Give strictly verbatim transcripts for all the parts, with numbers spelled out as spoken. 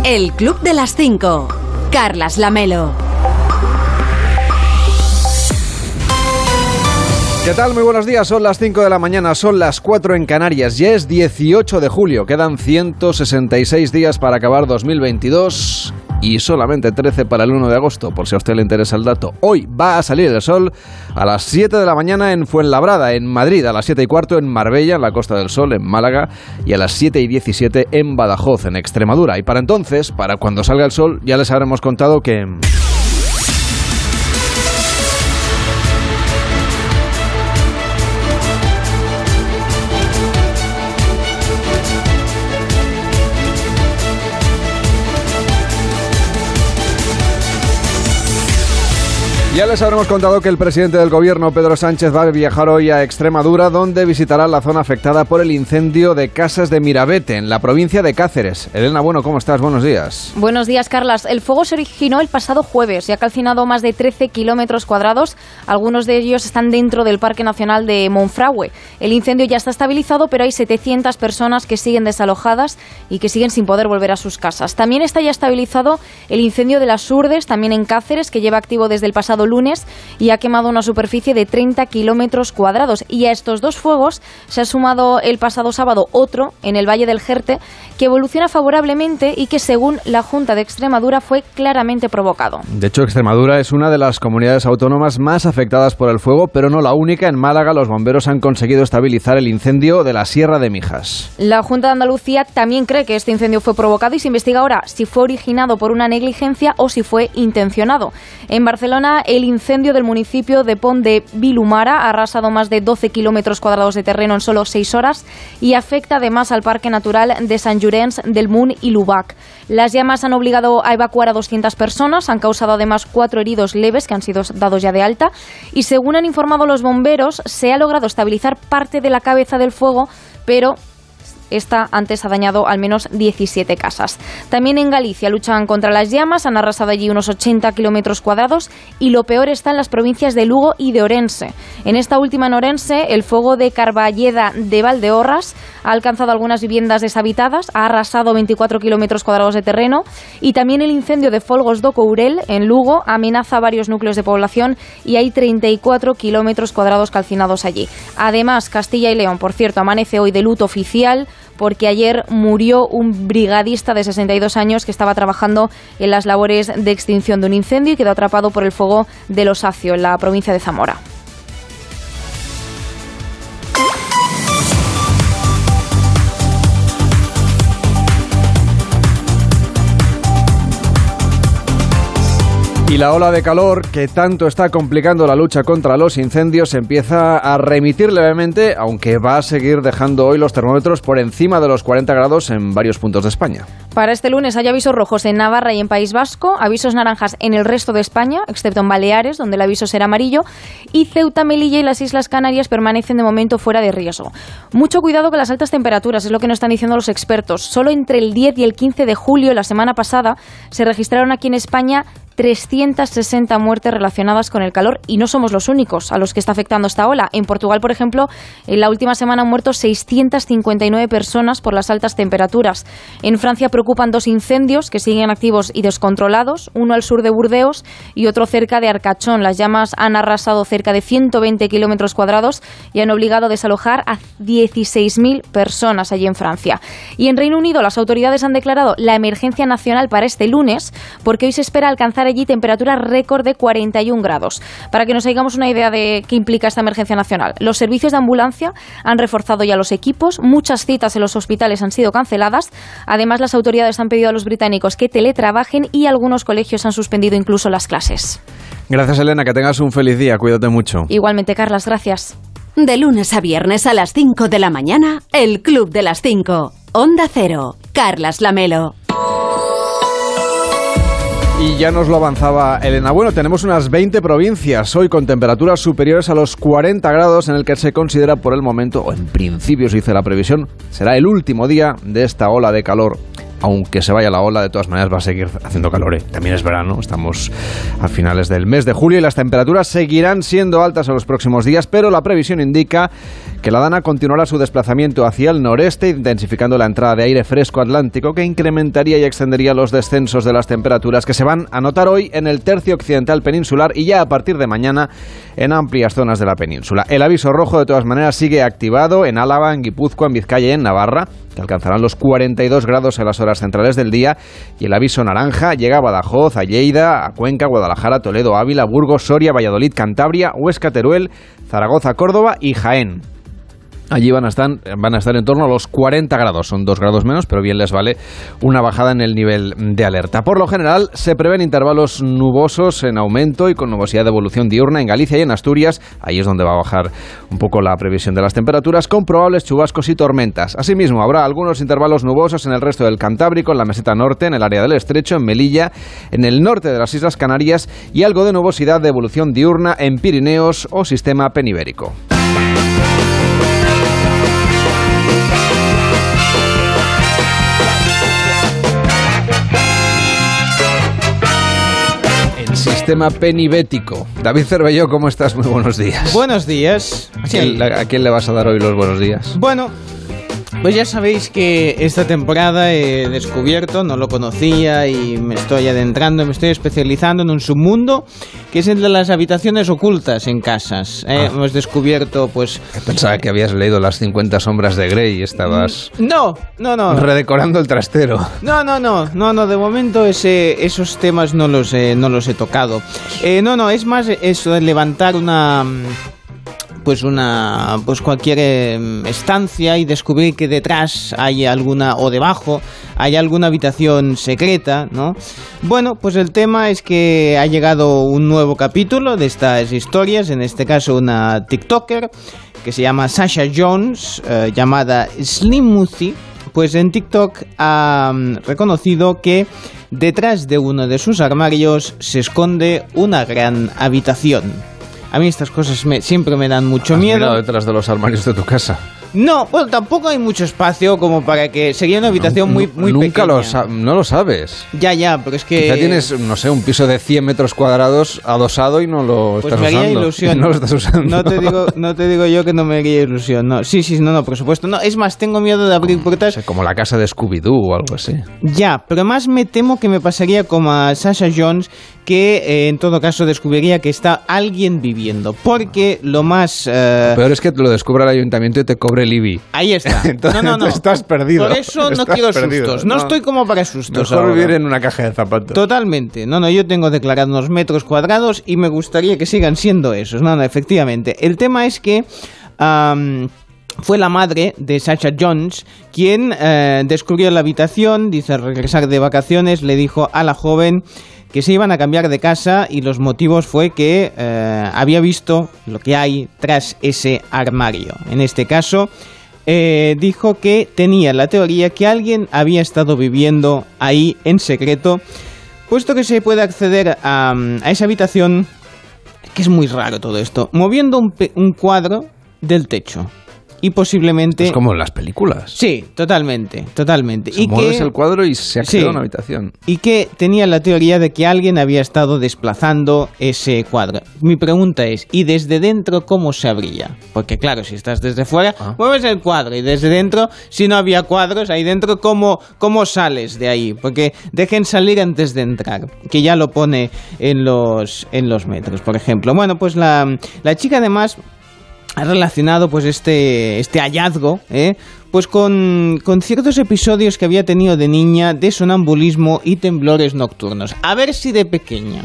El Club de las cinco. Carlas Lamelo. ¿Qué tal? Muy buenos días, son las cinco de la mañana, son las cuatro en Canarias, ya es dieciocho de julio, quedan ciento sesenta y seis días para acabar dos mil veintidós y solamente trece para el uno de agosto, por si a usted le interesa el dato. Hoy va a salir el sol a las siete de la mañana en Fuenlabrada, en Madrid, a las siete y cuarto en Marbella, en la Costa del Sol, en Málaga, y a las siete y diecisiete en Badajoz, en Extremadura. Y para entonces, para cuando salga el sol, ya les habremos contado que... Ya les habremos contado que el presidente del gobierno, Pedro Sánchez, va a viajar hoy a Extremadura, donde visitará la zona afectada por el incendio de Casas de Mirabete, en la provincia de Cáceres. Elena, bueno, ¿cómo estás? Buenos días. Buenos días, Carlas. El fuego se originó el pasado jueves y ha calcinado más de trece kilómetros cuadrados. Algunos de ellos están dentro del Parque Nacional de Monfragüe. El incendio ya está estabilizado, pero hay setecientas personas que siguen desalojadas y que siguen sin poder volver a sus casas. También está ya estabilizado el incendio de las Urdes, también en Cáceres, que lleva activo desde el pasado lunes y ha quemado una superficie de treinta kilómetros cuadrados. Y a estos dos fuegos se ha sumado el pasado sábado otro en el Valle del Jerte, que evoluciona favorablemente y que, según la Junta de Extremadura, fue claramente provocado. De hecho, Extremadura es una de las comunidades autónomas más afectadas por el fuego, pero no la única. En Málaga, los bomberos han conseguido estabilizar el incendio de la Sierra de Mijas. La Junta de Andalucía también cree que este incendio fue provocado y se investiga ahora si fue originado por una negligencia o si fue intencionado. En Barcelona, el incendio del municipio de Pont de Vilumara ha arrasado más de doce kilómetros cuadrados de terreno en solo seis horas y afecta además al Parque Natural de Sant Llorenç del Munt y Lubac. Las llamas han obligado a evacuar a doscientas personas, han causado además cuatro heridos leves que han sido dados ya de alta y, según han informado los bomberos, se ha logrado estabilizar parte de la cabeza del fuego, pero esta antes ha dañado al menos diecisiete casas. También en Galicia luchan contra las llamas, han arrasado allí unos ochenta kilómetros cuadrados y lo peor está en las provincias de Lugo y de Orense. En esta última, en Orense, el fuego de Carballeda de Valdeorras ha alcanzado algunas viviendas deshabitadas, ha arrasado veinticuatro kilómetros cuadrados de terreno y también el incendio de Folgos do Courel en Lugo amenaza varios núcleos de población y hay treinta y cuatro kilómetros cuadrados calcinados allí. Además, Castilla y León, por cierto, amanece hoy de luto oficial porque ayer murió un brigadista de sesenta y dos años que estaba trabajando en las labores de extinción de un incendio y quedó atrapado por el fuego del Osacio, en la provincia de Zamora. Y la ola de calor que tanto está complicando la lucha contra los incendios empieza a remitir levemente, aunque va a seguir dejando hoy los termómetros por encima de los cuarenta grados en varios puntos de España. Para este lunes hay avisos rojos en Navarra y en País Vasco, avisos naranjas en el resto de España, excepto en Baleares, donde el aviso será amarillo, y Ceuta, Melilla y las Islas Canarias permanecen de momento fuera de riesgo. Mucho cuidado con las altas temperaturas, es lo que nos están diciendo los expertos. Solo entre el diez y el quince de julio, la semana pasada, se registraron aquí en España trescientas sesenta muertes relacionadas con el calor y no somos los únicos a los que está afectando esta ola. En Portugal, por ejemplo, en la última semana han muerto seiscientas cincuenta y nueve personas por las altas temperaturas. En Francia preocupan dos incendios que siguen activos y descontrolados, uno al sur de Burdeos y otro cerca de Arcachón. Las llamas han arrasado cerca de ciento veinte kilómetros cuadrados y han obligado a desalojar a dieciséis mil personas allí en Francia. Y en Reino Unido las autoridades han declarado la emergencia nacional para este lunes porque hoy se espera alcanzar allí temperaturas récord de cuarenta y un grados. Para que nos hagamos una idea de qué implica esta emergencia nacional, los servicios de ambulancia han reforzado ya los equipos, muchas citas en los hospitales han sido canceladas, además las autoridades han pedido a los británicos que teletrabajen y algunos colegios han suspendido incluso las clases. Gracias, Elena, que tengas un feliz día, cuídate mucho. Igualmente, Carlas, gracias. De lunes a viernes a las cinco de la mañana, el Club de las cinco. Onda Cero, Carlas Lamelo. Y ya nos lo avanzaba Elena. Bueno, tenemos unas veinte provincias hoy con temperaturas superiores a los cuarenta grados, en el que se considera por el momento, o en principio se dice la previsión, será el último día de esta ola de calor aunque se vaya la ola, de todas maneras va a seguir haciendo calor. ¿eh? También es verano, estamos a finales del mes de julio y las temperaturas seguirán siendo altas en los próximos días, pero la previsión indica que la Dana continuará su desplazamiento hacia el noreste, intensificando la entrada de aire fresco atlántico que incrementaría y extendería los descensos de las temperaturas que se van a notar hoy en el tercio occidental peninsular y ya a partir de mañana en amplias zonas de la península. El aviso rojo de todas maneras sigue activado en Álava, en Guipúzcoa, en Vizcaya y en Navarra, que alcanzarán los cuarenta y dos grados en las horas centrales del día, y el aviso naranja llega a Badajoz, a Lleida, a Cuenca, Guadalajara, Toledo, Ávila, Burgos, Soria, Valladolid, Cantabria, Huesca, Teruel, Zaragoza, Córdoba y Jaén. Allí van a estar, van a estar en torno a los cuarenta grados, son dos grados menos, pero bien les vale una bajada en el nivel de alerta. Por lo general, se prevén intervalos nubosos en aumento y con nubosidad de evolución diurna en Galicia y en Asturias. Ahí es donde va a bajar un poco la previsión de las temperaturas, con probables chubascos y tormentas. Asimismo, habrá algunos intervalos nubosos en el resto del Cantábrico, en la meseta norte, en el área del Estrecho, en Melilla, en el norte de las Islas Canarias y algo de nubosidad de evolución diurna en Pirineos o sistema penibérico. Sistema penibético. David Cervelló, ¿cómo estás? Muy buenos días. Buenos días. ¿A quién, ¿A quién le vas a dar hoy los buenos días? Bueno, pues ya sabéis que esta temporada he descubierto, no lo conocía y me estoy adentrando, me estoy especializando en un submundo que es el de las habitaciones ocultas en casas. ¿eh? Ah. Hemos descubierto, pues... Pensaba que habías leído Las cincuenta sombras de Grey y estabas... No, no, no. Redecorando el trastero. No, no, no, no, no, de momento ese, esos temas no los, eh, no los he tocado. Eh, no, no, es más eso de levantar una... pues una pues cualquier eh, estancia y descubrir que detrás hay alguna, o debajo hay alguna habitación secreta, ¿no? Bueno, pues el tema es que ha llegado un nuevo capítulo de estas historias, en este caso una TikToker que se llama Sasha Jones, eh, llamada Slimuthi, pues en TikTok ha um, reconocido que detrás de uno de sus armarios se esconde una gran habitación. A mí estas cosas me, siempre me dan mucho ¿Has miedo. mirado detrás de los armarios de tu casa? No, bueno, tampoco hay mucho espacio como para que... Sería una habitación no, muy, muy nunca pequeña. Lo sa- no lo sabes. Ya, ya, pero es que... Quizá tienes, no sé, un piso de cien metros cuadrados adosado y no lo pues estás me haría usando. Ilusión. No lo estás usando. No te digo, no te digo yo que no me haría ilusión. No, sí, sí, no, no, por supuesto. No, es más, tengo miedo de abrir puertas. O sea, como la casa de Scooby-Doo o algo así. Ya, pero más me temo que me pasaría como a Sasha Jones, que eh, en todo caso descubriría que está alguien viviendo. Porque lo más... Eh... Peor es que te lo descubra el ayuntamiento y te cobre el I B I. Ahí está. Entonces, no, no, no. Estás perdido. Por eso no Estás quiero perdido. sustos. No, no estoy como para sustos. Mejor ahora. vivir en una caja de zapatos. Totalmente. No, no, yo tengo declarado unos metros cuadrados y me gustaría que sigan siendo esos. No, no, efectivamente. El tema es que... Um, fue la madre de Sasha Jones quien eh, descubrió la habitación, dice, al regresar de vacaciones, le dijo a la joven que se iban a cambiar de casa y los motivos fue que eh, había visto lo que hay tras ese armario. En este caso, eh, dijo que tenía la teoría que alguien había estado viviendo ahí en secreto, puesto que se puede acceder a, a esa habitación, que es muy raro todo esto, moviendo un, pe- un cuadro del techo. Y posiblemente... Es como en las películas. Sí, totalmente, totalmente. O sea, y mueves que... el cuadro y se accede Sí. a una habitación. Y que tenía la teoría de que alguien había estado desplazando ese cuadro. Mi pregunta es, ¿y desde dentro cómo se abría? Porque claro, si estás desde fuera, Ah. mueves el cuadro y desde dentro, si no había cuadros ahí dentro, ¿cómo, cómo sales de ahí? Porque dejen salir antes de entrar, que ya lo pone en los, en los metros, por ejemplo. Bueno, pues la, la chica además... ha relacionado pues este, este hallazgo ¿eh? pues con, con ciertos episodios que había tenido de niña de sonambulismo y temblores nocturnos. A ver si de pequeña,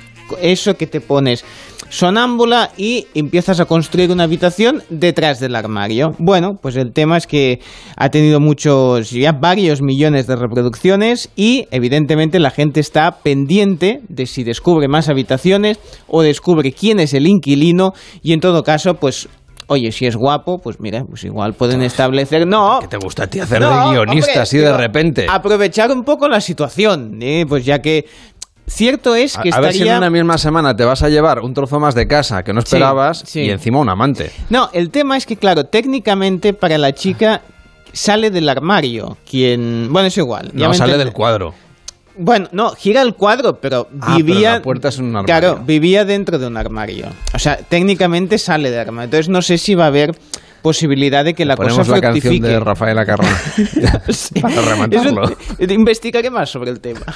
eso que te pones sonámbula y empiezas a construir una habitación detrás del armario. Bueno, pues el tema es que ha tenido muchos, ya varios millones de reproducciones y evidentemente la gente está pendiente de si descubre más habitaciones o descubre quién es el inquilino y en todo caso, pues... Oye, si es guapo, pues mira, pues igual pueden establecer... No, ¿Qué te gusta a ti hacer no, de guionista hombre, así digo, de repente? aprovechar un poco la situación, ¿eh? Pues ya que... Cierto es que a, a estaría... ver si en una misma semana te vas a llevar un trozo más de casa que no esperabas Sí, sí. y encima un amante. No, el tema es que, claro, técnicamente para la chica sale del armario. Quien, bueno, es igual. No, sale del cuadro. Bueno, no, gira el cuadro, pero ah, vivía... Pero la puerta es un armario. Claro, vivía dentro de un armario. O sea, técnicamente sale del armario. Entonces no sé si va a haber posibilidad de que la Ponemos cosa fructifique. Ponemos la canción de Rafael Acarrá sí. Para rematarlo. Eso, investigaré más sobre el tema.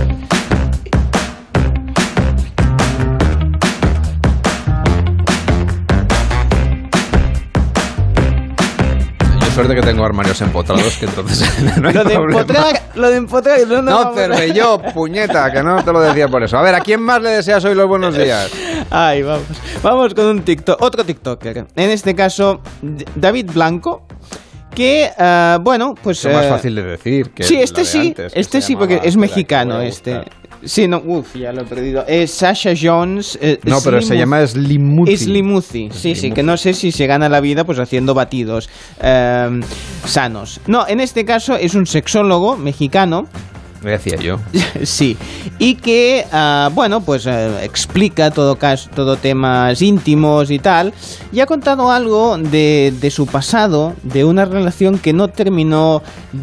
Suerte que tengo armarios empotrados, que entonces no hay lo de problema. empotrar, lo de empotrar no, no, no Cervelló, puñeta, que no te lo decía por eso. A ver, ¿a quién más le deseas hoy los buenos días? Ay, vamos. Vamos con un TikTok, otro TikToker. En este caso, David Blanco, que, uh, bueno, pues... Es uh, más fácil de decir que sí, este de sí, antes, este sí, porque es mexicano, este... Sí, no, uff, ya lo he perdido. Es Sasha Jones. Eh, no, pero Slimuth, se llama Slimuthi. Slimuthi, sí, Slimuthi. sí, que no sé si se gana la vida pues haciendo batidos eh, sanos. No, en este caso es un sexólogo mexicano. Me decía yo. Sí, y que, uh, bueno, pues uh, explica todo, caso, todo temas íntimos y tal, y ha contado algo de, de su pasado, de una relación que no terminó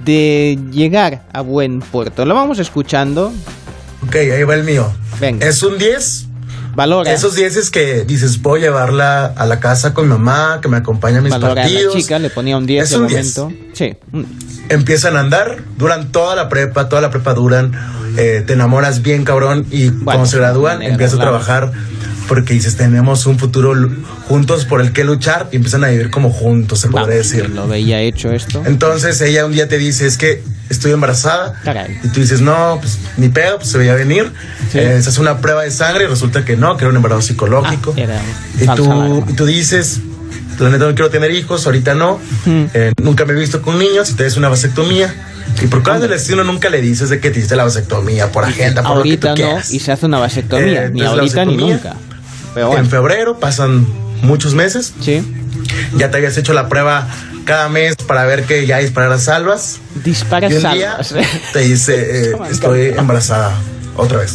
de llegar a buen puerto. Lo vamos escuchando. Ok, ahí va el mío. Venga. Es un diez. Valora. Esos diez es que dices, voy a llevarla a la casa con mi mamá, que me acompaña a mis Valora partidos. A la chica, le ponía un diez es de un momento. diez. Sí. Empiezan a andar, duran toda la prepa, toda la prepa duran, eh, te enamoras bien cabrón y bueno, cuando se gradúan empiezas a trabajar porque dices, tenemos un futuro juntos por el que luchar y empiezan a vivir como juntos, se podría decir. Lo veía hecho esto. Entonces ella un día te dice, es que estoy embarazada. Caray. Y tú dices, no, pues ni pedo, pues se veía venir. Sí. Eh, se hace una prueba de sangre y resulta que no, que era un embarazo psicológico. Ah, era y, tú, y tú dices, la neta no quiero tener hijos, ahorita no. Hmm. Eh, nunca me he visto con niños y te des una vasectomía. Y por causa del destino nunca le dices de que te hiciste la vasectomía por agenda, por ahorita lo que tú no, quieras. Y se hace una vasectomía, eh, ni ahorita ni nunca. Pero bueno. En febrero pasan muchos meses. Sí. Ya te habías hecho la prueba cada mes para ver que ya dispararas salvas. Disparas y un salvas. Día te dice, eh, estoy embarazada otra vez.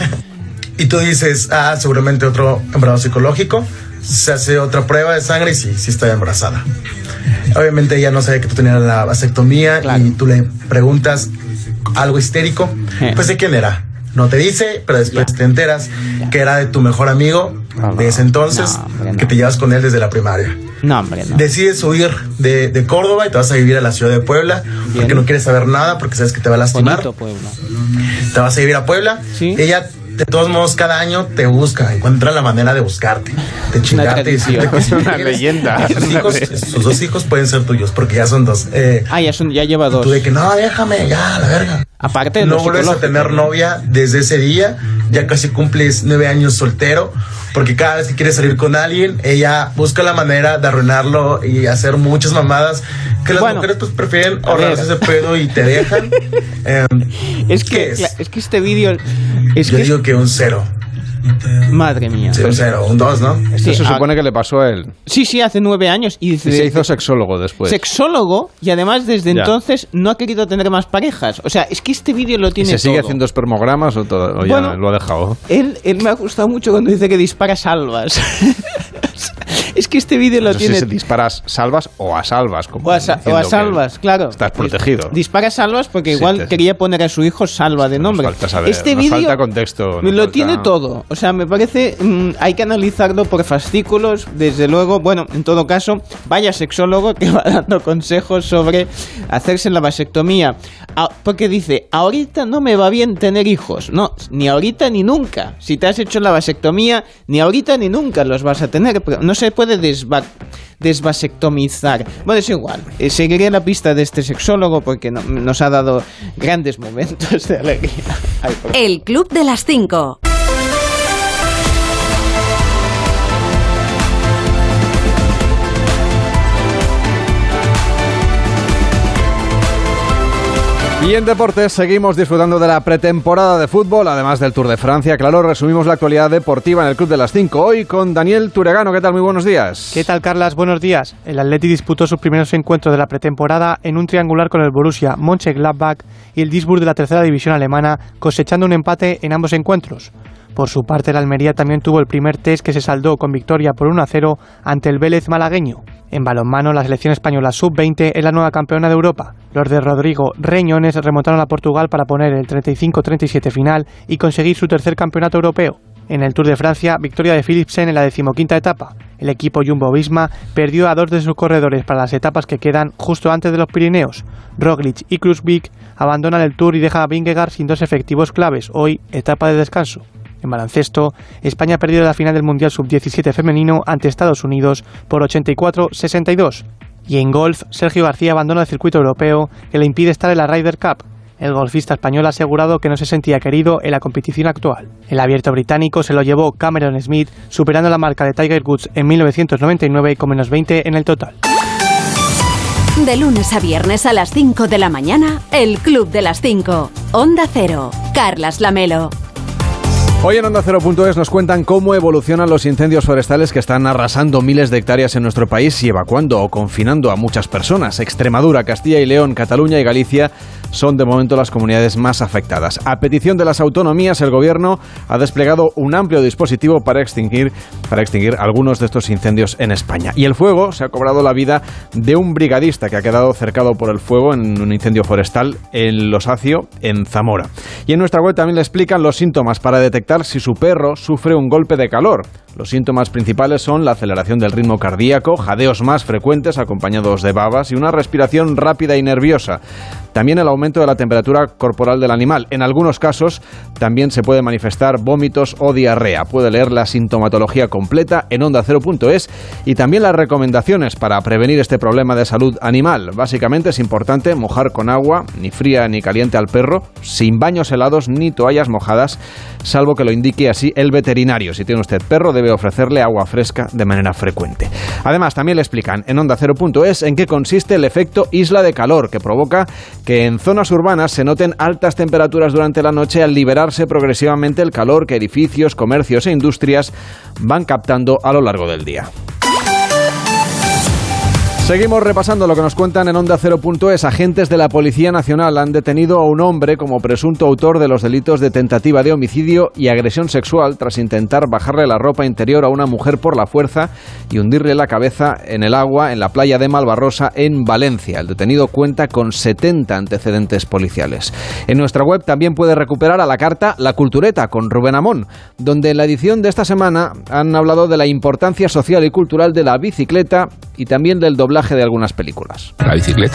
Y tú dices, ah, seguramente otro embarazo psicológico. Se hace otra prueba de sangre y sí, sí estoy embarazada. Obviamente ella no sabe que tú tenías la vasectomía, claro. Y tú le preguntas algo histérico. Eh. Pues de quién era. No te dice, pero después ya. te enteras ya. que era de tu mejor amigo no, de ese entonces, no, hombre, no. que te llevas con él desde la primaria. No, hombre, no. Decides huir de, de Córdoba y te vas a vivir a la ciudad de Puebla. Bien. Porque no quieres saber nada, porque sabes que te va a lastimar. Bonito Puebla. Te vas a vivir a Puebla. ¿Sí? Ella, de todos modos, cada año te busca, encuentra la manera de buscarte, de chingarte. Es una leyenda. Sus, hijos, sus dos hijos pueden ser tuyos, porque ya son dos. Eh, ah, ya, son, ya lleva dos. Tú de que no, déjame, ya, la verga. Aparte de no vuelves a tener novia desde ese día, ya casi cumples nueve años soltero, porque cada vez que quieres salir con alguien, ella busca la manera de arruinarlo y hacer muchas mamadas que las bueno, mujeres pues prefieren ahorrarse ese pedo y te dejan. eh, es que es? es que este vídeo es yo que digo que un cero. Madre mía. Sí, un cero, un dos, ¿no? Esto sí, se supone a... que le pasó a él. Sí, sí, hace nueve años. Y, y se hizo sexólogo después. Sexólogo, y además desde ya. entonces no ha querido tener más parejas. O sea, es que este vídeo lo tiene ¿Y se sigue todo. haciendo espermogramas o, todo, o bueno, ya lo ha dejado? Él, él me ha gustado mucho cuando dice que dispara salvas. Es que este vídeo lo no tiene... sé si disparas salvas o a salvas. Como o, a sa o a salvas, claro. Estás protegido. Dispara salvas porque igual sí, te... quería poner a su hijo Salva de nombre. Nos falta saber, este nos vídeo falta contexto. Me lo falta... tiene todo. O sea, me parece... Mmm, hay que analizarlo por fascículos. Desde luego, bueno, en todo caso, vaya sexólogo que va dando consejos sobre hacerse la vasectomía. A porque dice, ahorita no me va bien tener hijos. No, ni ahorita ni nunca. Si te has hecho la vasectomía, ni ahorita ni nunca los vas a tener. No se puede desva desvasectomizar. Bueno, es igual. Eh, seguiré la pista de este sexólogo porque no, nos ha dado grandes momentos de alegría. Ay, El Club de las Cinco. Y en deportes seguimos disfrutando de la pretemporada de fútbol, además del Tour de Francia. Claro, resumimos la actualidad deportiva en el Club de las Cinco. Hoy con Daniel Turegano. ¿Qué tal? Muy buenos días. ¿Qué tal, Carlas? Buenos días. El Atleti disputó sus primeros encuentros de la pretemporada en un triangular con el Borussia Mönchengladbach y el Duisburg de la tercera división alemana, cosechando un empate en ambos encuentros. Por su parte, el Almería también tuvo el primer test que se saldó con victoria por uno a cero ante el Vélez malagueño. En balonmano, la selección española sub veinte es la nueva campeona de Europa. Los de Rodrigo Reñones remontaron a Portugal para poner el treinta y cinco treinta y siete final y conseguir su tercer campeonato europeo. En el Tour de Francia, victoria de Philipsen en la decimoquinta etapa. El equipo Jumbo-Visma perdió a dos de sus corredores para las etapas que quedan justo antes de los Pirineos. Roglic y Kruijswijk abandonan el Tour y dejan a Vingegaard sin dos efectivos claves. Hoy, etapa de descanso. En baloncesto, España ha perdido la final del Mundial sub diecisiete femenino ante Estados Unidos por ochenta y cuatro sesenta y dos. Y en golf, Sergio García abandona el circuito europeo que le impide estar en la Ryder Cup. El golfista español ha asegurado que no se sentía querido en la competición actual. El abierto británico se lo llevó Cameron Smith, superando la marca de Tiger Woods en mil novecientos noventa y nueve con menos veinte en el total. De lunes a viernes a las cinco de la mañana, el Club de las cinco. Onda Cero. Carlas Lamelo. Hoy en Onda Cero punto es nos cuentan cómo evolucionan los incendios forestales que están arrasando miles de hectáreas en nuestro país y evacuando o confinando a muchas personas. Extremadura, Castilla y León, Cataluña y Galicia son de momento las comunidades más afectadas. A petición de las autonomías, el Gobierno ha desplegado un amplio dispositivo para extinguir, para extinguir algunos de estos incendios en España. Y el fuego se ha cobrado la vida de un brigadista que ha quedado cercado por el fuego en un incendio forestal en Losacio, en Zamora. Y en nuestra web también le explican los síntomas para detectar si su perro sufre un golpe de calor. Los síntomas principales son la aceleración del ritmo cardíaco, jadeos más frecuentes acompañados de babas y una respiración rápida y nerviosa. También el aumento de la temperatura corporal del animal. En algunos casos también se puede manifestar vómitos o diarrea. Puede leer la sintomatología completa en onda cero punto es y también las recomendaciones para prevenir este problema de salud animal. Básicamente es importante mojar con agua, ni fría ni caliente al perro, sin baños helados ni toallas mojadas, salvo que lo indique así el veterinario. Si tiene usted perro, debe ofrecerle agua fresca de manera frecuente. Además, también le explican en onda cero punto es en qué consiste el efecto isla de calor, que provoca que en zonas urbanas se noten altas temperaturas durante la noche al liberarse progresivamente el calor que edificios, comercios e industrias van captando a lo largo del día. Seguimos repasando lo que nos cuentan en onda cero punto es. Agentes de la Policía Nacional han detenido a un hombre como presunto autor de los delitos de tentativa de homicidio y agresión sexual tras intentar bajarle la ropa interior a una mujer por la fuerza y hundirle la cabeza en el agua en la playa de Malvarrosa, en Valencia. El detenido cuenta con setenta antecedentes policiales. En nuestra web también puede recuperar a la carta La Cultureta con Rubén Amón, donde en la edición de esta semana han hablado de la importancia social y cultural de la bicicleta y también del doblaje de algunas películas. La bicicleta.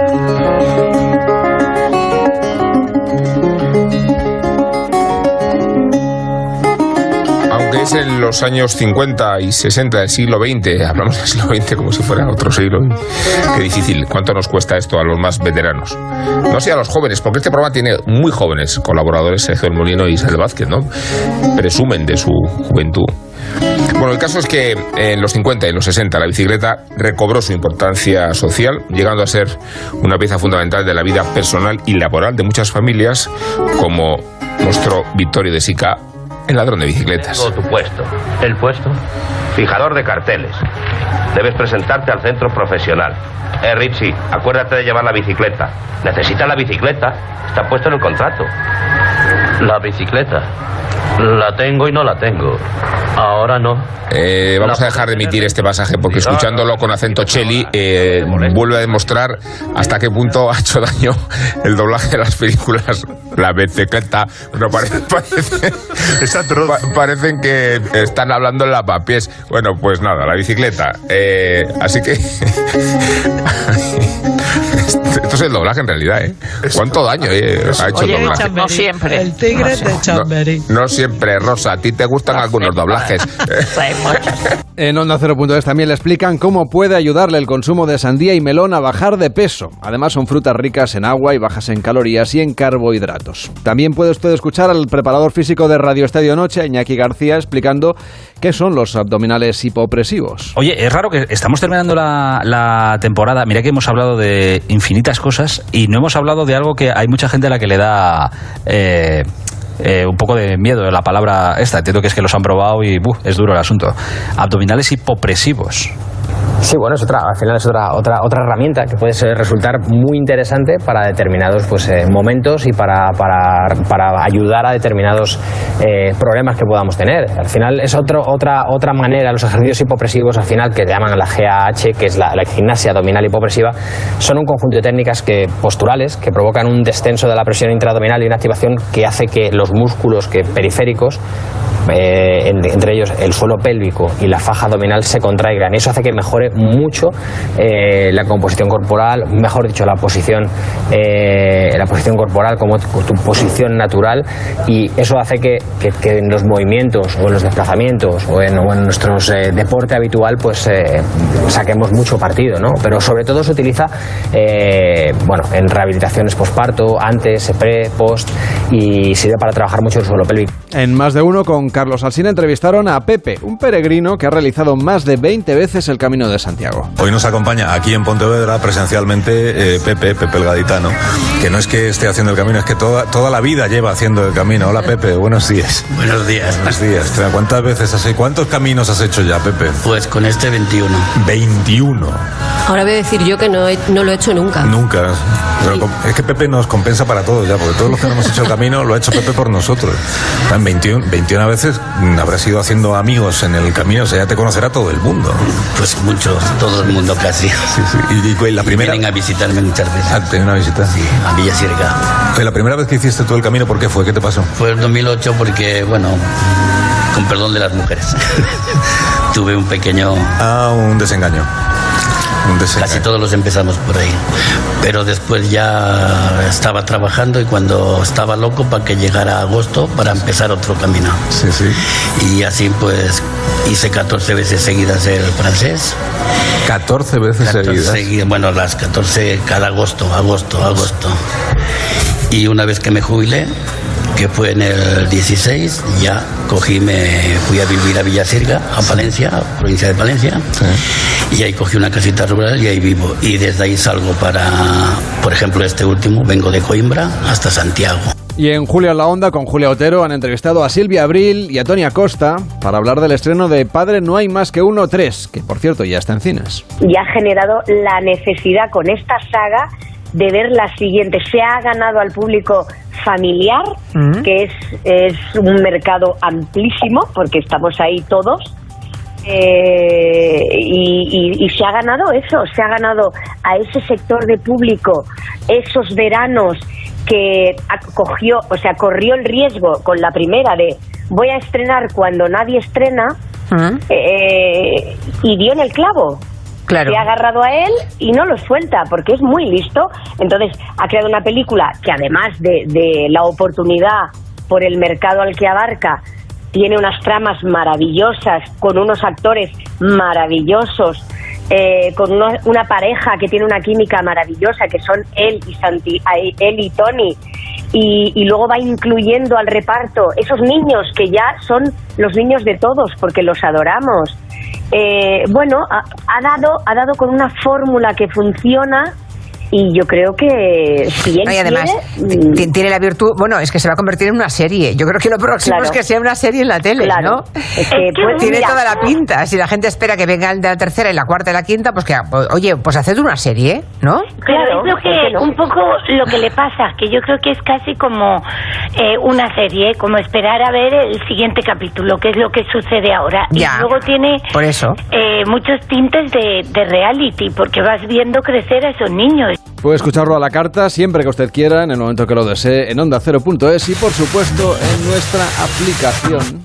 Aunque es en los años cincuenta y sesenta del siglo veinte, hablamos del siglo veinte como si fuera otro siglo. Qué difícil. ¿Cuánto nos cuesta esto a los más veteranos? No sé, a los jóvenes, porque este programa tiene muy jóvenes colaboradores, Sergio del Molino y Isabel Vázquez, ¿no? Presumen de su juventud. Bueno, el caso es que en los cincuenta y en los sesenta la bicicleta recobró su importancia social, llegando a ser una pieza fundamental de la vida personal y laboral de muchas familias, como mostró Vittorio De Sica, el ladrón de bicicletas. Tengo tu puesto. ¿El puesto? Fijador de carteles. Debes presentarte al centro profesional. Eh, Richie, acuérdate de llevar la bicicleta. Necesitas la bicicleta. Está puesto en el contrato. La bicicleta. La tengo y no la tengo. Ahora no. Eh, vamos a dejar de emitir este pasaje porque escuchándolo con acento cheli eh, vuelve a demostrar hasta qué punto ha hecho daño el doblaje de las películas. La bicicleta. Bueno, parece, parece, pa, parecen que están hablando en lavapiés. Bueno, pues nada, la bicicleta. Eh, así que esto es el doblaje en realidad, ¿eh? ¿Cuánto daño eh, ha hecho Oye, el doblaje? No siempre. El tigre de Chamberí. No, no siempre, Rosa. A ti te gustan no algunos siempre. doblajes. En onda cero punto es también le explican cómo puede ayudarle el consumo de sandía y melón a bajar de peso. Además son frutas ricas en agua y bajas en calorías y en carbohidratos. También puede usted escuchar al preparador físico de Radio Estadio Noche, Iñaki García, explicando qué son los abdominales hipopresivos. Oye, es raro que estamos terminando la, la temporada. Mira que hemos hablado de infinitas cosas y no hemos hablado de algo que hay mucha gente a la que le da... Eh, Eh, un poco de miedo de la palabra esta. Entiendo que es que los han probado y ¡buf!, es duro el asunto. Abdominales hipopresivos. Sí, bueno, es otra, al final es otra, otra, otra herramienta que puede ser, resultar muy interesante para determinados pues, eh, momentos y para, para, para ayudar a determinados eh, problemas que podamos tener. Al final es otro, otra, otra manera, los ejercicios hipopresivos, al final, que llaman la G A H, que es la, la gimnasia abdominal hipopresiva, son un conjunto de técnicas que, posturales que provocan un descenso de la presión intraabdominal y una activación que hace que los músculos que periféricos, eh, entre ellos el suelo pélvico y la faja abdominal, se contraigan. Y eso hace que mejore mucho eh, la composición corporal, mejor dicho, la posición, eh, la posición corporal como tu posición natural, y eso hace que, que, que en los movimientos o en los desplazamientos o en, o en nuestro eh, deporte habitual pues eh, saquemos mucho partido, ¿no? Pero sobre todo se utiliza eh, bueno, en rehabilitaciones posparto, antes, pre, post, y sirve para trabajar mucho el suelo pélvico. En Más de Uno con Carlos Alsina entrevistaron a Pepe, un peregrino que ha realizado más de veinte veces el Camino de Santiago. Hoy nos acompaña aquí en Pontevedra presencialmente eh, Pepe, Pepe el gaditano, que no es que esté haciendo el camino, es que toda, toda la vida lleva haciendo el camino. Hola Pepe, buenos días. Buenos días. Buenos días. ¿Cuántas veces has hecho? ¿Cuántos caminos has hecho ya, Pepe? Pues con este veintiuno. veintiuno. Ahora voy a decir yo que no, he, no lo he hecho nunca. Nunca. Pero es que Pepe nos compensa para todos ya, porque todos los que no hemos hecho el camino lo ha hecho Pepe por nosotros. En veintiuno, veintiuna veces habrás ido haciendo amigos en el camino, o sea, ya te conocerá todo el mundo. Pues mucho, todo el mundo casi. Sí, sí. Y, y la primera... Y vienen a visitarme muchas veces. Ah, ¿te una visita? Sí, a Villa Sirga. La primera vez que hiciste tú el camino, ¿por qué fue? ¿Qué te pasó? Fue en dos mil ocho porque, bueno, con perdón de las mujeres, tuve un pequeño... Ah, un desengaño. Casi todos los empezamos por ahí, pero después ya estaba trabajando y cuando estaba loco para que llegara agosto para empezar otro camino. Sí, sí. Y así pues hice catorce veces seguidas el francés. catorce veces catorce seguidas. Segui- bueno, las catorce cada agosto, agosto, agosto. Y una vez que me jubilé, que fue en el dieciséis, ya cogí, me fui a vivir a Villasirga, a Palencia, provincia de Palencia, sí. Y ahí cogí una casita rural y ahí vivo. Y desde ahí salgo para, por ejemplo, este último, vengo de Coimbra hasta Santiago. Y en Julio en la Onda, con Julia Otero, han entrevistado a Silvia Abril y a Tony Acosta para hablar del estreno de Padre no hay más que uno tres, que por cierto ya está en cines. Y ha generado la necesidad con esta saga de ver la siguiente. Se ha ganado al público familiar, uh-huh. que es, es un mercado amplísimo, porque estamos ahí todos, eh, y, y, y se ha ganado eso, se ha ganado a ese sector de público, esos veranos que cogió, o sea, corrió el riesgo con la primera de voy a estrenar cuando nadie estrena, uh-huh. eh, y dio en el clavo. Claro. Se ha agarrado a él y no lo suelta porque es muy listo. Entonces ha creado una película que, además de, de la oportunidad por el mercado al que abarca, tiene unas tramas maravillosas, con unos actores maravillosos, eh, con una, una pareja que tiene una química maravillosa, que son él y Santi, él y Tony. Y, y luego va incluyendo al reparto esos niños que ya son los niños de todos porque los adoramos. Eh, bueno, ha, ha dado ha dado con una fórmula que funciona. Y yo creo que si él no, y además quiere, tiene la virtud, bueno, es que se va a convertir en una serie. Yo creo que lo próximo claro. es que sea una serie en la tele, claro. ¿no? Es que, pues, tiene mira, toda la pinta. Si la gente espera que venga el de la tercera y la cuarta y la quinta, pues que, oye, pues haced una serie, ¿no? Claro, es lo que, un poco lo que le pasa, que yo creo que es casi como eh, una serie, como esperar a ver el siguiente capítulo, que es lo que sucede ahora. Ya, y luego tiene por eso. Eh, muchos tintes de, de reality, porque vas viendo crecer a esos niños. Puede escucharlo a la carta siempre que usted quiera, en el momento que lo desee, en onda cero punto es y, por supuesto, en nuestra aplicación.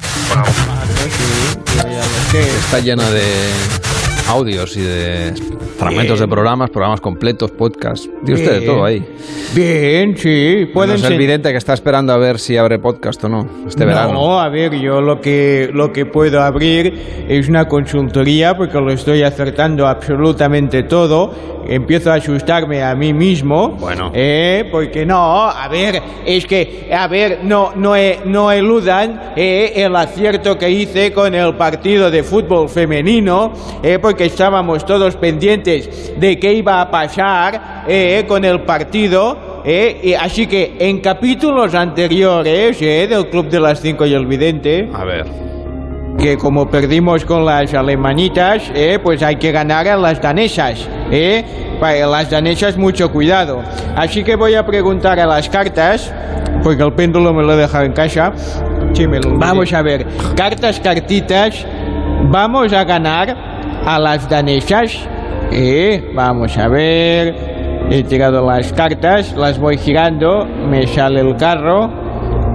Que está llena de audios y de fragmentos de programas, programas completos, podcasts. Tiene usted de todo ahí. Bien, sí. Pueden no es el ser... vidente que está esperando a ver si abre podcast o no este no, verano. No, a ver, yo lo que, lo que puedo abrir es una consultoría porque lo estoy acertando absolutamente todo. Empiezo a asustarme a mí mismo. Bueno. Eh, porque no, a ver, es que, a ver, no, no, no eludan eh, el acierto que hice con el partido de fútbol femenino, eh, porque estábamos todos pendientes de qué iba a pasar eh, con el partido. Eh, y así que en capítulos anteriores eh, del Club de las Cinco y el Vidente, a ver, que como perdimos con las alemanitas, eh, pues hay que ganar a las danesas, eh. Para las danesas mucho cuidado. Así que voy a preguntar a las cartas, porque el péndulo me lo he dejado en casa. Sí, me lo Vamos a ver, cartas, cartitas, vamos a ganar a las danesas. Eh, vamos a ver, he tirado las cartas, las voy girando, me sale el carro.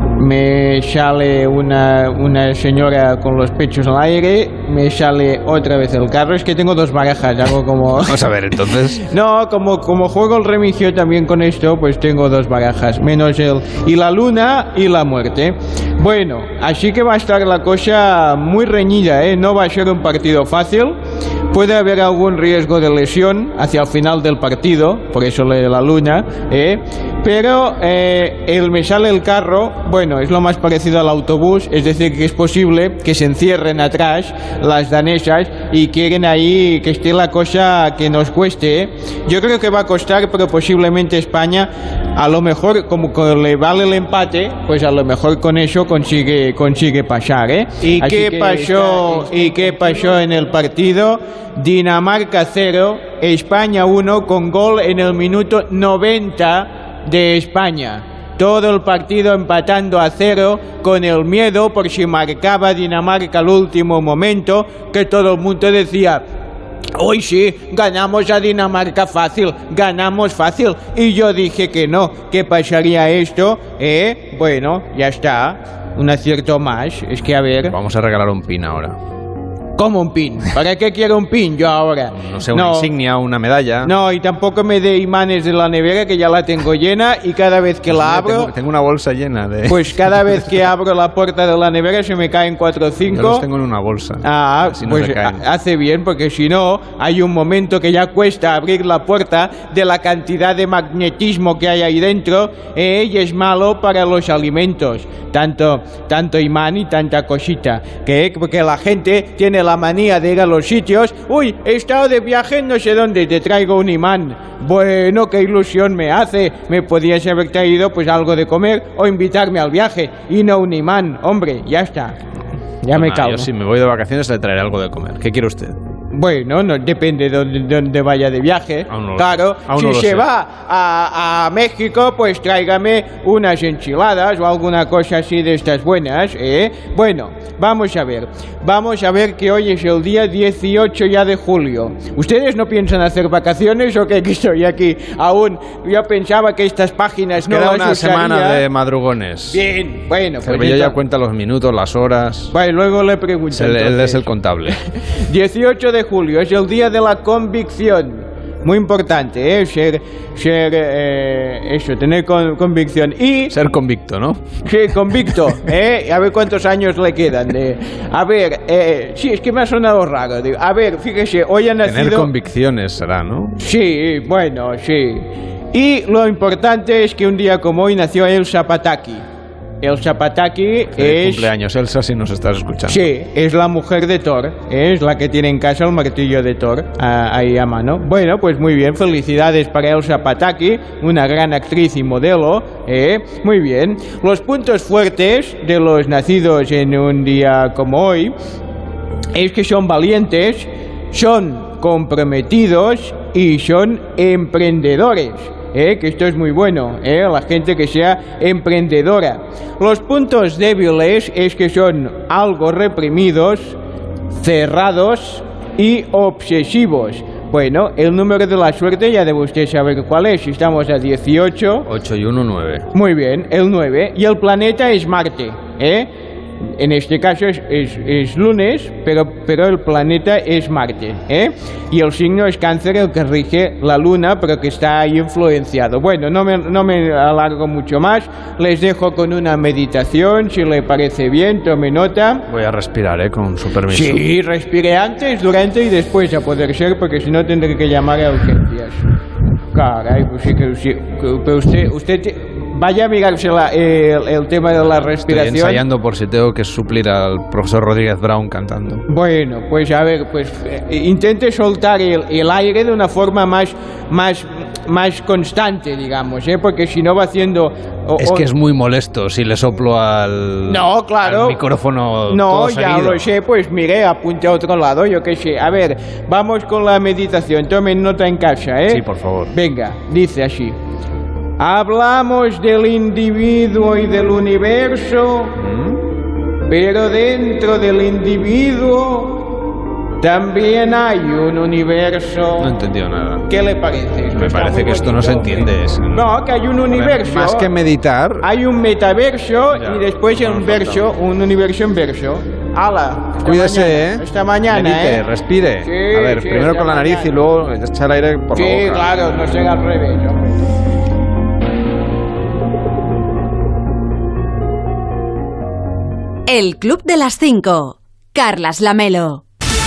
Me sale una, una señora con los pechos al aire, me sale otra vez el carro. Es que tengo dos barajas, hago como... Vamos a ver, entonces... No, como, como juego el remigio también con esto, pues tengo dos barajas, menos el... Y la luna y la muerte. Bueno, así que va a estar la cosa muy reñida, ¿eh? No va a ser un partido fácil. Puede haber algún riesgo de lesión hacia el final del partido, por eso le la luna, ¿eh? Pero eh, el me sale el carro, bueno, es lo más parecido al autobús, es decir, que es posible que se encierren atrás las danesas y quieren ahí que esté la cosa que nos cueste, ¿eh? Yo creo que va a costar, pero posiblemente España, a lo mejor, como que le vale el empate, pues a lo mejor con eso consigue, consigue pasar, ¿eh? ¿Y Así qué pasó, está... ¿Y qué pasó en el partido? Dinamarca cero, España uno, con gol en el minuto noventa de España. Todo el partido empatando a cero, con el miedo por si marcaba Dinamarca al último momento, que todo el mundo decía: hoy sí, ganamos a Dinamarca fácil, ganamos fácil. Y yo dije que no, que pasaría esto, ¿eh? Bueno, ya está, un acierto más. Es que a ver... Vamos a regalar un pin ahora. ¿Cómo un pin? ¿Para qué quiero un pin yo ahora? No sé, una no, insignia, una medalla. No, y tampoco me dé imanes de la nevera, que ya la tengo llena, y cada vez que pues la abro... Tengo, tengo una bolsa llena de... Pues cada vez que abro la puerta de la nevera se me caen cuatro o cinco. Yo los tengo en una bolsa. Ah, no pues hace bien, porque si no, hay un momento que ya cuesta abrir la puerta de la cantidad de magnetismo que hay ahí dentro, eh, y es malo para los alimentos. Tanto, tanto imán y tanta cosita. Que, porque la gente tiene la manía de ir a los sitios. Uy, he estado de viaje en no sé dónde, te traigo un imán. Bueno, qué ilusión me hace. Me podías haber traído pues algo de comer o invitarme al viaje y no un imán. Hombre, ya está. Ya no, me no, cago. Yo si me voy de vacaciones le traeré algo de comer. ¿Qué quiere usted? Bueno, no, depende de dónde, de dónde vaya de viaje. No claro, si no se sé. va a, a México, pues tráigame unas enchiladas o alguna cosa así de estas buenas, ¿eh? Bueno, vamos a ver. Vamos a ver que hoy es el día dieciocho ya de julio. ¿Ustedes no piensan hacer vacaciones o qué? Que estoy aquí aún. Yo pensaba que estas páginas no Queda las una usaría. semana de madrugones. Bien, bueno. Pues Pues yo ya cuenta los minutos, las horas. Vale, luego le pregunto. Él, él es el contable. dieciocho de julio es el día de la convicción. Muy importante, ¿eh? Ser, ser eh, eso, tener con, convicción. Y... Ser convicto, ¿no? Sí, convicto, ¿eh? A ver cuántos años le quedan. Eh. A ver, eh, sí, es que me ha sonado raro. Digo, a ver, fíjese, hoy ha nacido... Tener convicciones será, ¿no? Sí, bueno, sí. Y lo importante es que un día como hoy nació Elsa Pataki. Elsa Pataki es... cumpleaños, Elsa, si nos estás escuchando. Sí, es la mujer de Thor, es la que tiene en casa el martillo de Thor, a, ahí a mano. Bueno, pues muy bien, felicidades para Elsa Pataki, una gran actriz y modelo, ¿eh? Muy bien. Los puntos fuertes de los nacidos en un día como hoy es que son valientes, son comprometidos y son emprendedores. Eh, que esto es muy bueno, eh, la gente que sea emprendedora. Los puntos débiles es que son algo reprimidos, cerrados y obsesivos. Bueno, el número de la suerte ya debe usted saber cuál es. Estamos a dieciocho. ocho y uno, nueve. Muy bien, el nueve. Y el planeta es Marte, ¿eh? En este caso es, es, es lunes, pero, pero el planeta es Marte, ¿eh? Y el signo es Cáncer, el que rige la luna, pero que está ahí influenciado. Bueno, no me, no me alargo mucho más, les dejo con una meditación, si le parece bien, tome nota. Voy a respirar, ¿eh? Con su permiso. Sí, respire antes, durante y después, a poder ser, porque si no tendré que llamar a urgencias. Caray, pues sí que sí, pero usted, usted vaya a mirarse la, el, el tema de la respiración. Estoy ensayando por si tengo que suplir al profesor Rodríguez Brown cantando. Bueno, pues a ver, pues eh, intente soltar el, el aire de una forma más, más, más constante, digamos, ¿eh? Porque si no va haciendo... O, es que es muy molesto si le soplo al, no, claro, al micrófono. No, todo ya seguido. lo sé, pues mire, apunte a otro lado, yo qué sé. A ver, vamos con la meditación, tomen nota en casa, ¿eh? Sí, por favor. Venga, dice así. Hablamos del individuo y del universo, ¿Mm? pero dentro del individuo también hay un universo. No he entendido nada. ¿Qué le parece? Esto Me parece que esto no se entiende. Es... No, que hay un universo. Más que meditar. Hay un metaverso ya, y después no un verso, un universo inverso. ¡Hala! Cuídese, mañana, ¿eh? Esta mañana, Medite, ¿eh? respire. Sí, a ver, sí, primero con la nariz mañana. y luego echa el aire por sí, la boca. Sí, claro, no será al revés, hombre. El Club de las Cinco. Carlas Lamelo.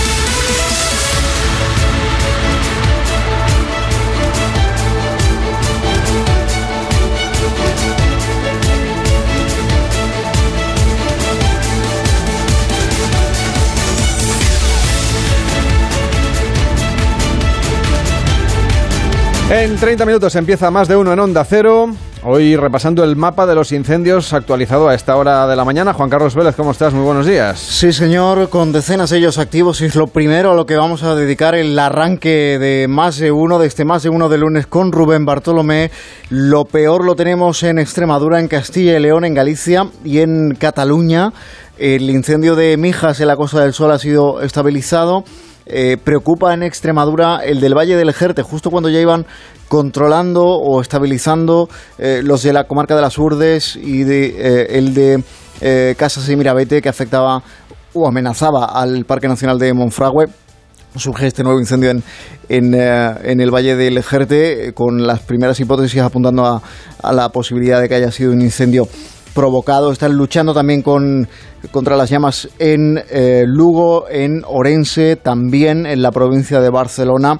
En treinta minutos empieza Más de Uno en Onda Cero. Hoy repasando el mapa de los incendios actualizado a esta hora de la mañana. Juan Carlos Vélez, ¿cómo estás? Muy buenos días. Sí, señor, con decenas de ellos activos. Y es lo primero a lo que vamos a dedicar el arranque de Más de Uno, de este Más de Uno de lunes con Rubén Bartolomé. Lo peor lo tenemos en Extremadura, en Castilla y León, en Galicia y en Cataluña. El incendio de Mijas en la Costa del Sol ha sido estabilizado. Eh, preocupa en Extremadura el del Valle del Jerte, justo cuando ya iban controlando o estabilizando eh, los de la comarca de las Urdes y de, eh, el de eh, Casas y Mirabete, que afectaba o amenazaba al Parque Nacional de Monfragüe. Surge este nuevo incendio en, en, eh, en el Valle del Jerte, eh, con las primeras hipótesis apuntando a, a la posibilidad de que haya sido un incendio provocado. Están luchando también con, contra las llamas en eh, Lugo, en Orense, también en la provincia de Barcelona.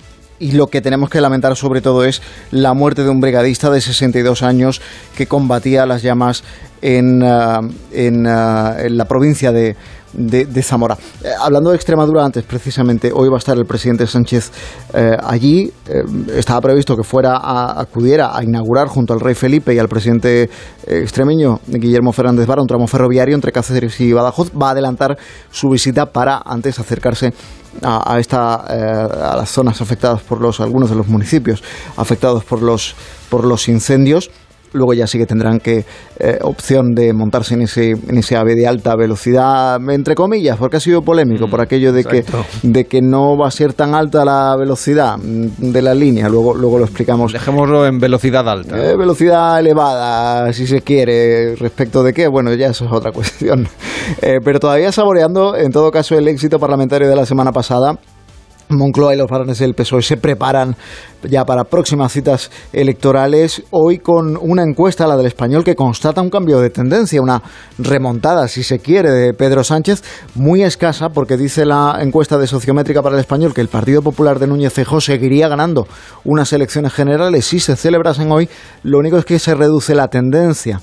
Y lo que tenemos que lamentar sobre todo es la muerte de un brigadista de sesenta y dos años que combatía las llamas en, uh, en, uh, en la provincia de, de, de Zamora. Eh, hablando de Extremadura antes, precisamente, hoy va a estar el presidente Sánchez eh, allí. Eh, estaba previsto que fuera a, acudiera a inaugurar junto al rey Felipe y al presidente eh, extremeño Guillermo Fernández Vara un tramo ferroviario entre Cáceres y Badajoz. Va a adelantar su visita para antes acercarse a, a esta eh, a las zonas afectadas por los algunos de los municipios afectados por los por los incendios. Luego ya sí que tendrán que eh, opción de montarse en ese en ese AVE de alta velocidad, entre comillas, porque ha sido polémico por aquello de que, de que no va a ser tan alta la velocidad de la línea. Luego luego lo explicamos. Dejémoslo en velocidad alta. Eh, velocidad elevada, si se quiere. Respecto de qué, bueno, ya eso es otra cuestión. Eh, pero todavía saboreando, en todo caso, el éxito parlamentario de la semana pasada. Moncloa y los varones del P S O E se preparan ya para próximas citas electorales, hoy con una encuesta, la del Español, que constata un cambio de tendencia, una remontada, si se quiere, de Pedro Sánchez, muy escasa, porque dice la encuesta de Sociométrica para el Español que el Partido Popular de Núñez Feijóo seguiría ganando unas elecciones generales si se celebrasen hoy. Lo único es que se reduce la tendencia,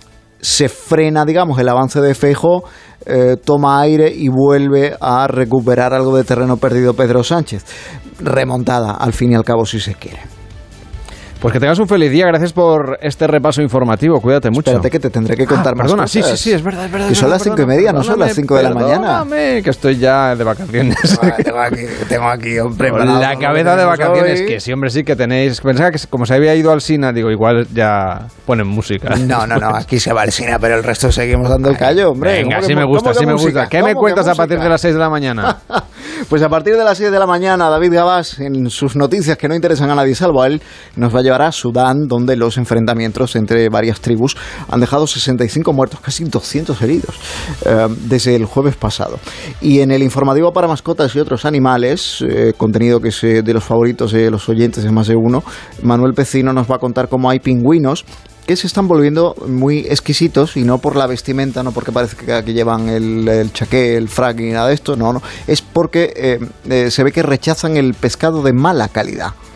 se frena, digamos, el avance de Feijóo, eh, toma aire y vuelve a recuperar algo de terreno perdido Pedro Sánchez. Remontada, al fin y al cabo, si se quiere. Pues que tengas un feliz día, gracias por este repaso informativo, cuídate mucho. Espérate que te tendré que contar ah, más perdona, cosas. sí, sí, sí, es verdad, es verdad. Y son las cinco y media, no son las cinco de la mañana. Perdóname, que estoy ya de vacaciones. Ah, tengo aquí, tengo aquí, hombre, la cabeza de vacaciones, hoy. Que sí, hombre, sí, que tenéis... Pensaba que como se había ido al Sina, digo, igual ya ponen música. No, no, no, aquí se va al Sina, pero el resto seguimos dando el callo, hombre. Venga, sí me gusta, sí me gusta. ¿Qué me cuentas a partir de las seis de la mañana? Pues a partir de las seis de la mañana, David Gabás, en sus noticias que no interesan a nadie salvo a él, nos va a llevar a Sudán, donde los enfrentamientos entre varias tribus han dejado sesenta y cinco muertos, casi doscientos heridos, eh, desde el jueves pasado. Y en el informativo para mascotas y otros animales, eh, contenido que es eh, de los favoritos de los oyentes de Más de Uno, Manuel Pecino nos va a contar cómo hay pingüinos que se están volviendo muy exquisitos, y no por la vestimenta, no porque parece que, que llevan el, el chaqué, el frac y nada de esto, no, no, es porque eh, eh, se ve que rechazan el pescado de mala calidad.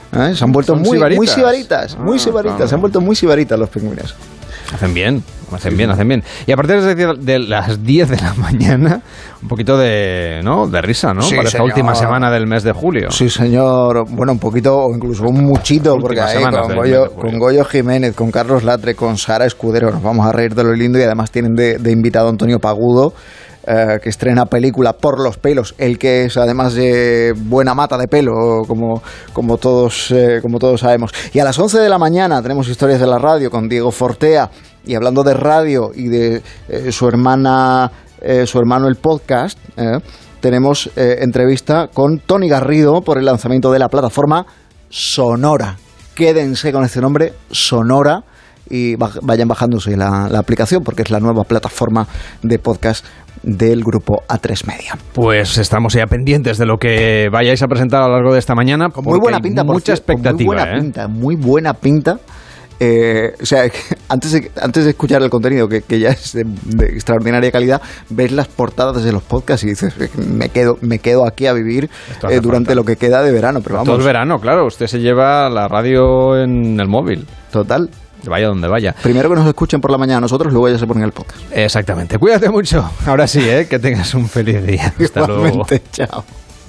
¿Eh? Se han vuelto Son muy, sibaritas. muy sibaritas, muy Ah, sibaritas, claro. se han vuelto muy sibaritas los pingüinos. Hacen bien, hacen bien, hacen bien. Y a partir de, de las diez de la mañana, un poquito de, ¿no? de risa, ¿no? Sí, Para esta señor. última semana del mes de julio. Sí, señor. Bueno, un poquito o incluso un muchito, Últimas porque ahí semanas con del Goyo, mes de julio. con Goyo Jiménez, con Carlos Latre, con Sara Escudero, nos vamos a reír de lo lindo y además tienen de, de invitado a Antonio Pagudo, eh, que estrena película Por los pelos, el que es además de buena mata de pelo, como, como, todos, eh, como todos sabemos. Y a las once de la mañana tenemos Historias de la Radio con Diego Fortea, y hablando de radio y de eh, su hermana, eh, su hermano el podcast, eh, tenemos eh, entrevista con Tony Garrido por el lanzamiento de la plataforma Sonora. Quédense con este nombre, Sonora, y baj- vayan bajándose la, la aplicación porque es la nueva plataforma de podcast del grupo A tres Media. Pues estamos ya pendientes de lo que vayáis a presentar a lo largo de esta mañana. Con muy buena hay pinta, por mucha cierto, con expectativa. Muy buena ¿eh? pinta, muy buena pinta. Eh, o sea, antes de, antes de escuchar el contenido, que, que ya es de, de extraordinaria calidad, ves las portadas de los podcasts y dices, me quedo, me quedo aquí a vivir Esto hace eh, durante falta. lo que queda de verano. Pero Todo vamos, el verano, claro. Usted se lleva la radio en el móvil. total. Vaya donde vaya. Primero que nos escuchen por la mañana nosotros, luego ya se ponen el podcast. Exactamente. Cuídate mucho. Ahora sí, ¿eh? Que tengas un feliz día. Hasta luego. Igualmente, chao.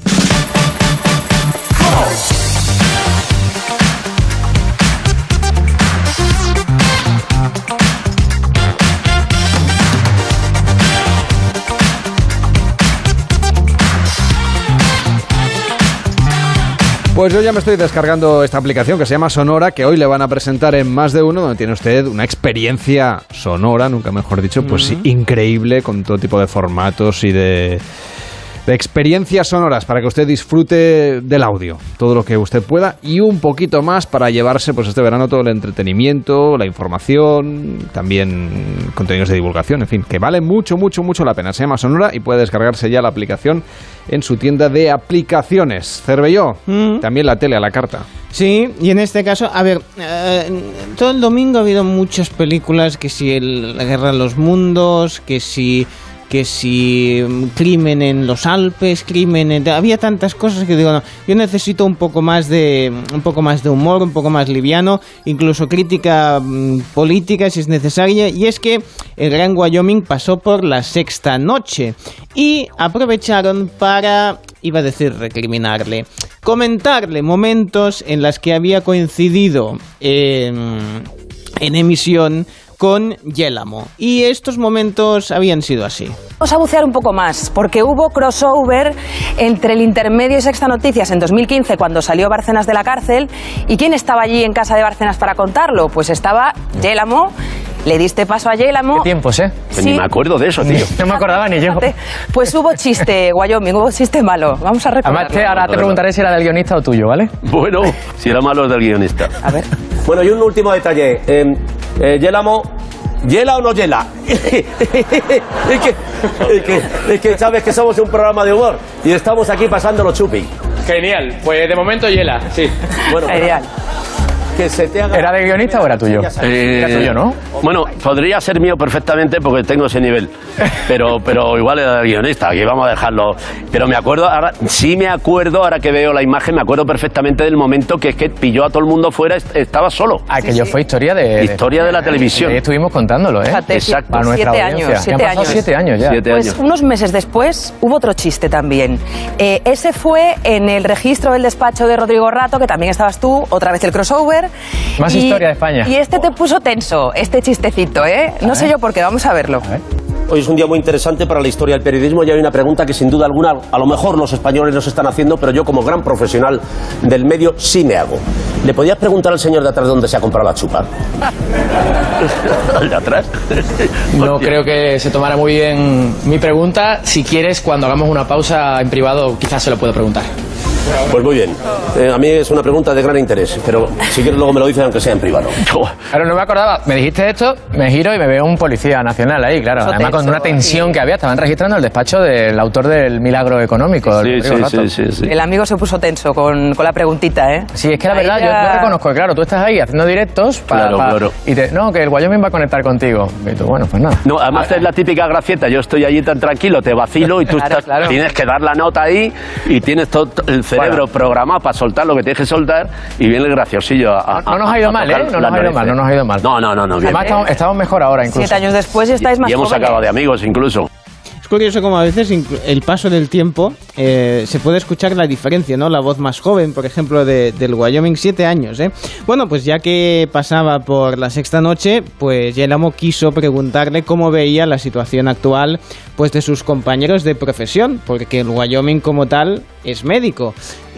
Pues yo ya me estoy descargando esta aplicación que se llama Sonora, que hoy le van a presentar en Más de Uno, donde tiene usted una experiencia sonora, nunca mejor dicho, pues sí, increíble, con todo tipo de formatos y de, de experiencias sonoras para que usted disfrute del audio, todo lo que usted pueda y un poquito más para llevarse pues este verano todo el entretenimiento, la información, también contenidos de divulgación, en fin, que vale mucho, mucho, mucho la pena. Se llama Sonora y puede descargarse ya la aplicación en su tienda de aplicaciones. Cervelló, Mm. también la tele a la carta. Sí, y en este caso, a ver, eh, todo el domingo ha habido muchas películas, que si el, la Guerra de los Mundos, que si que si mm, Crimen en los Alpes, Crimen en... Había tantas cosas que digo, no, yo necesito un poco más de un poco más de humor, un poco más liviano, incluso crítica mm, política si es necesaria, y es que el Gran Wyoming pasó por la sexta noche y aprovecharon para, iba a decir recriminarle, comentarle momentos en las que había coincidido en, en emisión con Yélamo. Y estos momentos habían sido así. Vamos a bucear un poco más, porque hubo crossover entre el Intermedio y Sexta Noticias en dos mil quince, cuando salió Bárcenas de la cárcel. ¿Y quién estaba allí en casa de Bárcenas para contarlo? Pues estaba Yélamo. Le diste paso a Yélamo. ¿Qué tiempos, eh? Pues ni me acuerdo de eso, tío. No me acordaba ni yo. Pues hubo chiste, Wyoming, hubo chiste malo. Vamos a recordarlo. Además, te, ahora te preguntaré si era del guionista o tuyo, ¿vale? Bueno, si era malo es del guionista. A ver. Bueno, y un último detalle. Eh, eh, Yélamo, ¿hiela o no hiela? es, que, es, que, es que sabes que somos un programa de humor y estamos aquí pasándolo chupi. Genial. Pues de momento hiela, sí. Bueno, Genial. Que se te haga... ¿Era de guionista o era tuyo? Eh, Era tuyo, ¿no? Bueno, podría ser mío perfectamente porque tengo ese nivel. Pero, pero igual era del guionista, aquí vamos a dejarlo. Pero me acuerdo, ahora sí me acuerdo, ahora que veo la imagen, me acuerdo perfectamente del momento que es que pilló a todo el mundo fuera, est- estaba solo. Aquello fue historia de... Historia de la televisión. Ahí estuvimos contándolo, ¿eh? Fíjate, Exacto. Para nuestra siete audiencia. años, Ya siete han pasado años. siete años ya. Siete Pues años. unos meses después hubo otro chiste también. Eh, ese fue en el registro del despacho de Rodrigo Rato, que también estabas tú, otra vez el crossover. Más Y- historia de España. Y este te puso tenso, este chistecito, ¿eh? No sé yo por qué, vamos a verlo. Hoy es un día muy interesante para la historia del periodismo y hay una pregunta que sin duda alguna a lo mejor los españoles nos están haciendo, pero yo como gran profesional del medio sí me hago. ¿Le podías preguntar al señor de atrás dónde se ha comprado la chupa? ¿Al de atrás? No creo que se tomara muy bien mi pregunta. Si quieres, cuando hagamos una pausa en privado, quizás se lo puedo preguntar. Pues muy bien. Eh, a mí es una pregunta de gran interés, pero si quieres luego me lo dices aunque sea en privado. Claro, no me acordaba. Me dijiste esto, me giro y me veo un policía nacional ahí, claro. Eso Además, con tenso, una tensión que había. Estaban registrando el despacho del autor del Milagro Económico. Sí, del sí, Rodrigo Rato. sí, sí, sí. El amigo se puso tenso con, con la preguntita, ¿eh? Sí, es que la Ahí verdad, yo, ya- yo reconozco que, claro, tú estás ahí haciendo directos para... Claro, para- claro. Y te, no, que el Wyoming va a conectar contigo. Y tú, bueno, pues nada. No, además es la típica gracieta. Yo estoy allí tan tranquilo, te vacilo y tú Claro, estás, claro. tienes que dar la nota ahí y tienes todo el cerebro cerebro bueno. programado para soltar lo que tienes que soltar y viene el graciosillo a, a, No nos ha ido mal, ¿eh? No nos ha ido mal, no nos ha ido mal. No, no, no. no bien. Además, estamos, estamos mejor ahora, incluso. Siete años después y estáis más Y hemos jóvenes. acabado de amigos, incluso. Es curioso como a veces el paso del tiempo eh, se puede escuchar la diferencia, ¿no? La voz más joven, por ejemplo, de, del Wyoming, siete años, ¿eh? Bueno, pues ya que pasaba por la sexta noche, pues Yelamo quiso preguntarle cómo veía la situación actual pues de sus compañeros de profesión, porque el Wyoming como tal es médico.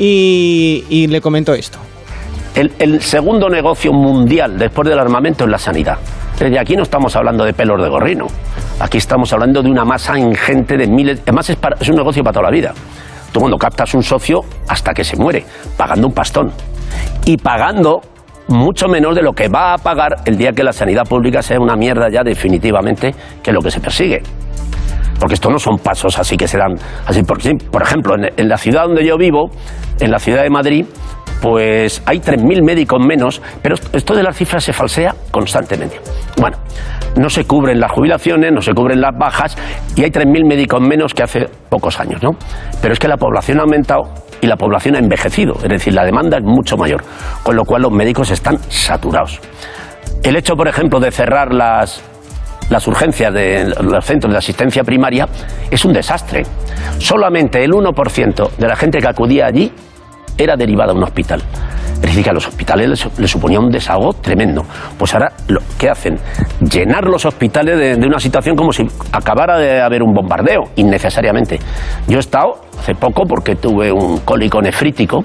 Y, y le comentó esto. El, el segundo negocio mundial después del armamento es la sanidad. Desde aquí no estamos hablando de pelos de gorrino. Aquí estamos hablando de una masa ingente de miles... Además es, para, es un negocio para toda la vida. Tú cuando captas un socio hasta que se muere, pagando un pastón. Y pagando mucho menos de lo que va a pagar el día que la sanidad pública sea una mierda ya definitivamente, que es lo que se persigue. Porque esto no son pasos así que se dan así por sí. Por ejemplo, en, en la ciudad donde yo vivo, en la ciudad de Madrid, pues hay tres mil médicos menos, pero esto de las cifras se falsea constantemente. Bueno, no se cubren las jubilaciones, no se cubren las bajas y hay tres mil médicos menos que hace pocos años, ¿no? Pero es que la población ha aumentado y la población ha envejecido, es decir, la demanda es mucho mayor, con lo cual los médicos están saturados. El hecho, por ejemplo, de cerrar las... las urgencias de los centros de asistencia primaria es un desastre. Solamente el uno por ciento de la gente que acudía allí era derivada a un hospital. Es decir, que a los hospitales les, les suponía un desahogo tremendo. Pues ahora, lo, ¿qué hacen? Llenar los hospitales de, de una situación como si acabara de haber un bombardeo, innecesariamente. Yo he estado hace poco porque tuve un cólico nefrítico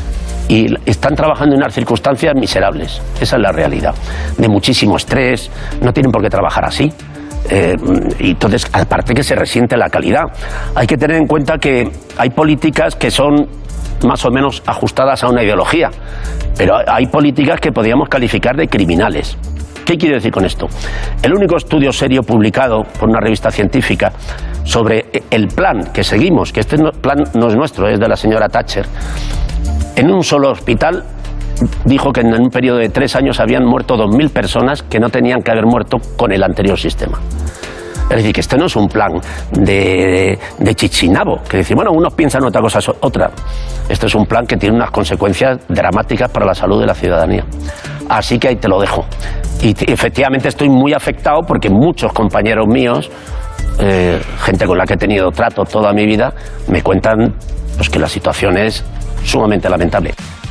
y están trabajando en unas circunstancias miserables. Esa es la realidad. De muchísimo estrés, no tienen por qué trabajar así. Eh, y entonces, aparte que se resiente la calidad. Hay que tener en cuenta que hay políticas que son más o menos ajustadas a una ideología, pero hay políticas que podríamos calificar de criminales. ¿Qué quiero decir con esto? El único estudio serio publicado por una revista científica sobre el plan que seguimos, que este plan no es nuestro, es de la señora Thatcher, en un solo hospital dijo que en un periodo de tres años habían muerto dos mil personas que no tenían que haber muerto con el anterior sistema. Es decir, que este no es un plan de, de chichinabo, que decir, bueno, unos piensan otra cosa, otra. Este es un plan que tiene unas consecuencias dramáticas para la salud de la ciudadanía. Así que ahí te lo dejo. Y efectivamente estoy muy afectado porque muchos compañeros míos, eh, gente con la que he tenido trato toda mi vida, me cuentan pues, que la situación es sumamente lamentable.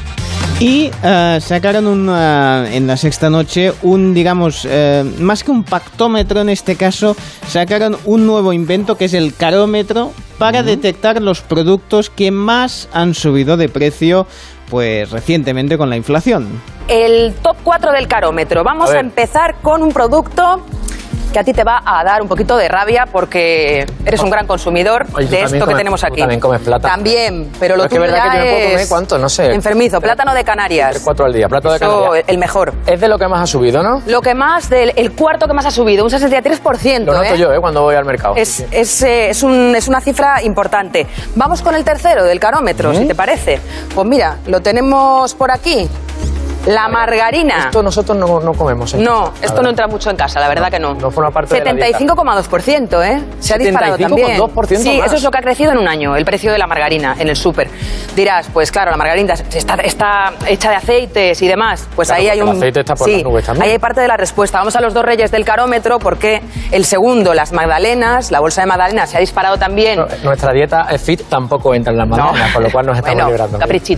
Y uh, sacaron un, uh, en la sexta noche un, digamos, uh, más que un pactómetro en este caso, sacaron un nuevo invento que es el carómetro para uh-huh. detectar los productos que más han subido de precio pues recientemente con la inflación. El top cuatro del carómetro. Vamos a, a empezar con un producto que a ti te va a dar un poquito de rabia porque eres un gran consumidor Oye, de esto que comes, tenemos aquí. También comes plátano. También, pero lo es que tuyo verdad ya que yo me puedo comer, es ¿cuánto? No sé. enfermizo. Plátano de Canarias. Cuatro al día. Plátano de Eso, Canarias. el mejor. Es de lo que más ha subido, ¿no? Lo que más, del, el cuarto que más ha subido, un sesenta y tres por ciento. Lo noto ¿eh? yo, ¿eh? Cuando voy al mercado. Es, sí. es, eh, es, un, es una cifra importante. Vamos con el tercero del carómetro, ¿Mm? si te parece. Pues mira, lo tenemos por aquí. La margarina. Esto nosotros no, no comemos. ¿eh? No, esto no entra mucho en casa, la verdad no, que no. No forma parte setenta y cinco coma dos por ciento, ¿eh? Se ha disparado también. setenta y cinco coma dos por ciento Sí, más. eso es lo que ha crecido en un año, el precio de la margarina en el súper. Dirás, pues claro, la margarina está, está hecha de aceites y demás. Pues claro, ahí hay un... El aceite está por sí, las nubes también. Ahí hay parte de la respuesta. Vamos a los dos reyes del carómetro porque el segundo, las magdalenas, la bolsa de magdalenas se ha disparado también. No, nuestra dieta fit tampoco entra en las magdalenas, no. Con lo cual nos estamos bueno, librando. Caprichito.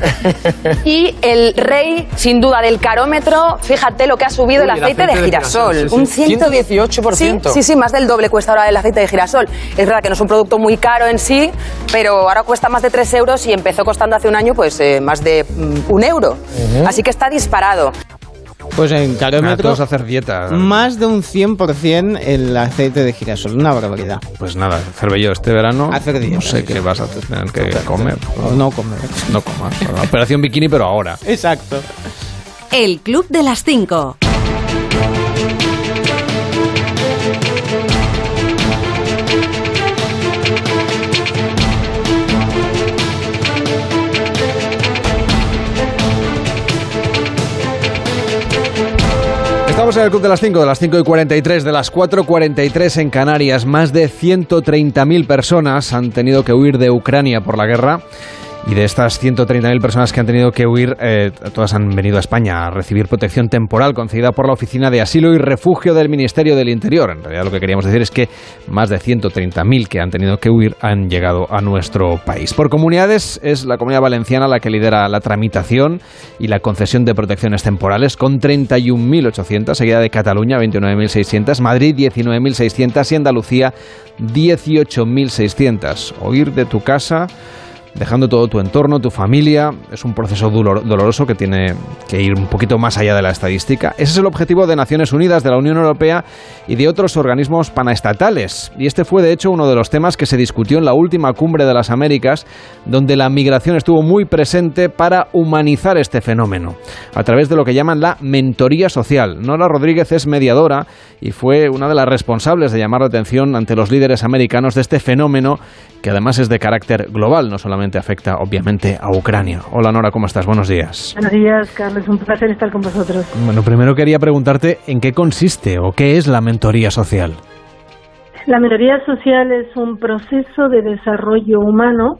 Y el rey, sin duda, del carómetro, fíjate lo que ha subido Uy, el, aceite el aceite de girasol. De girasol sí, sí. Un ciento dieciocho por ciento. Sí, sí, sí, más del doble cuesta ahora el aceite de girasol. Es verdad que no es un producto muy caro en sí, pero ahora cuesta más de tres euros y empezó costando hace un año pues eh, más de mm, un euro. Uh-huh. Así que está disparado. Pues en carómetro, vamos a hacer dieta. Más de un cien por ciento el aceite de girasol, una barbaridad. Pues nada, Cervelló, este verano hacer dieta, no sé sí, qué sí. vas a tener que comer. O no comer. No comas. Operación Bikini, pero ahora. Exacto. El Club de las Cinco. Estamos en el Club de las cinco, de las cinco y cuarenta y tres, de las cuatro y cuarenta y tres en Canarias. Más de ciento treinta mil personas han tenido que huir de Ucrania por la guerra Y de estas ciento treinta mil personas que han tenido que huir, eh, todas han venido a España a recibir protección temporal concedida por la Oficina de Asilo y Refugio del Ministerio del Interior. En realidad lo que queríamos decir es que más de ciento treinta mil que han tenido que huir han llegado a nuestro país. Por comunidades, es la Comunidad Valenciana la que lidera la tramitación y la concesión de protecciones temporales con treinta y un mil ochocientas, seguida de Cataluña veintinueve mil seiscientas, Madrid diecinueve mil seiscientas y Andalucía dieciocho mil seiscientas. Huir de tu casa, dejando todo tu entorno, tu familia, es un proceso dolor, doloroso que tiene que ir un poquito más allá de la estadística. Ese es el objetivo de Naciones Unidas, de la Unión Europea y de otros organismos panaestatales. Y este fue, de hecho, uno de los temas que se discutió en la última Cumbre de las Américas, donde la migración estuvo muy presente para humanizar este fenómeno, a través de lo que llaman la mentoría social. Nora Rodríguez es mediadora y fue una de las responsables de llamar la atención ante los líderes americanos de este fenómeno, que además es de carácter global, no solamente afecta obviamente a Ucrania. Hola Nora, ¿cómo estás? Buenos días. Buenos días, Carlos, un placer estar con vosotros. Bueno, primero quería preguntarte en qué consiste o qué es la mentoría social. La mentoría social es un proceso de desarrollo humano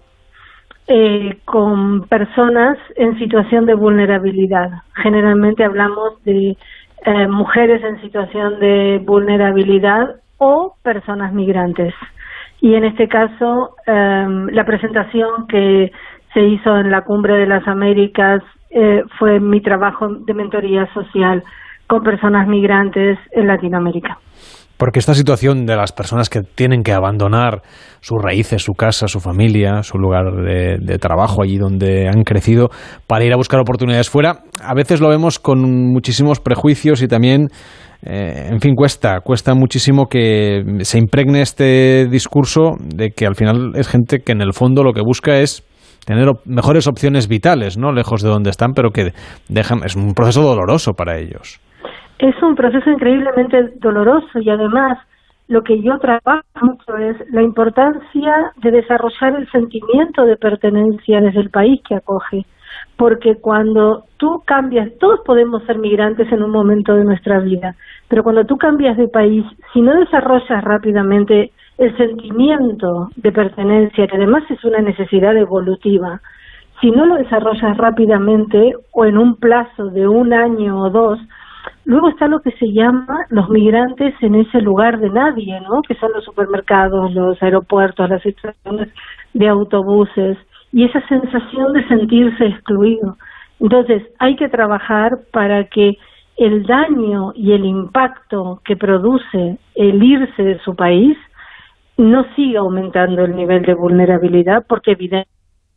eh, con personas en situación de vulnerabilidad. Generalmente hablamos de eh, mujeres en situación de vulnerabilidad o personas migrantes. Y en este caso, eh, la presentación que se hizo en la Cumbre de las Américas eh, fue mi trabajo de mentoría social con personas migrantes en Latinoamérica. Porque esta situación de las personas que tienen que abandonar sus raíces, su casa, su familia, su lugar de, de trabajo, allí donde han crecido, para ir a buscar oportunidades fuera, a veces lo vemos con muchísimos prejuicios y también, eh, en fin, cuesta, cuesta muchísimo que se impregne este discurso de que al final es gente que en el fondo lo que busca es tener op- mejores opciones vitales, ¿no? Lejos de donde están, pero que dejan, es un proceso doloroso para ellos. Es un proceso increíblemente doloroso y además lo que yo trabajo mucho es la importancia de desarrollar el sentimiento de pertenencia desde el país que acoge, porque cuando tú cambias, todos podemos ser migrantes en un momento de nuestra vida, pero cuando tú cambias de país, si no desarrollas rápidamente el sentimiento de pertenencia, que además es una necesidad evolutiva, si no lo desarrollas rápidamente o en un plazo de un año o dos, luego está lo que se llama los migrantes en ese lugar de nadie, ¿no? Que son los supermercados, los aeropuertos, las estaciones de autobuses, y esa sensación de sentirse excluido. Entonces, hay que trabajar para que el daño y el impacto que produce el irse de su país no siga aumentando el nivel de vulnerabilidad, porque evidentemente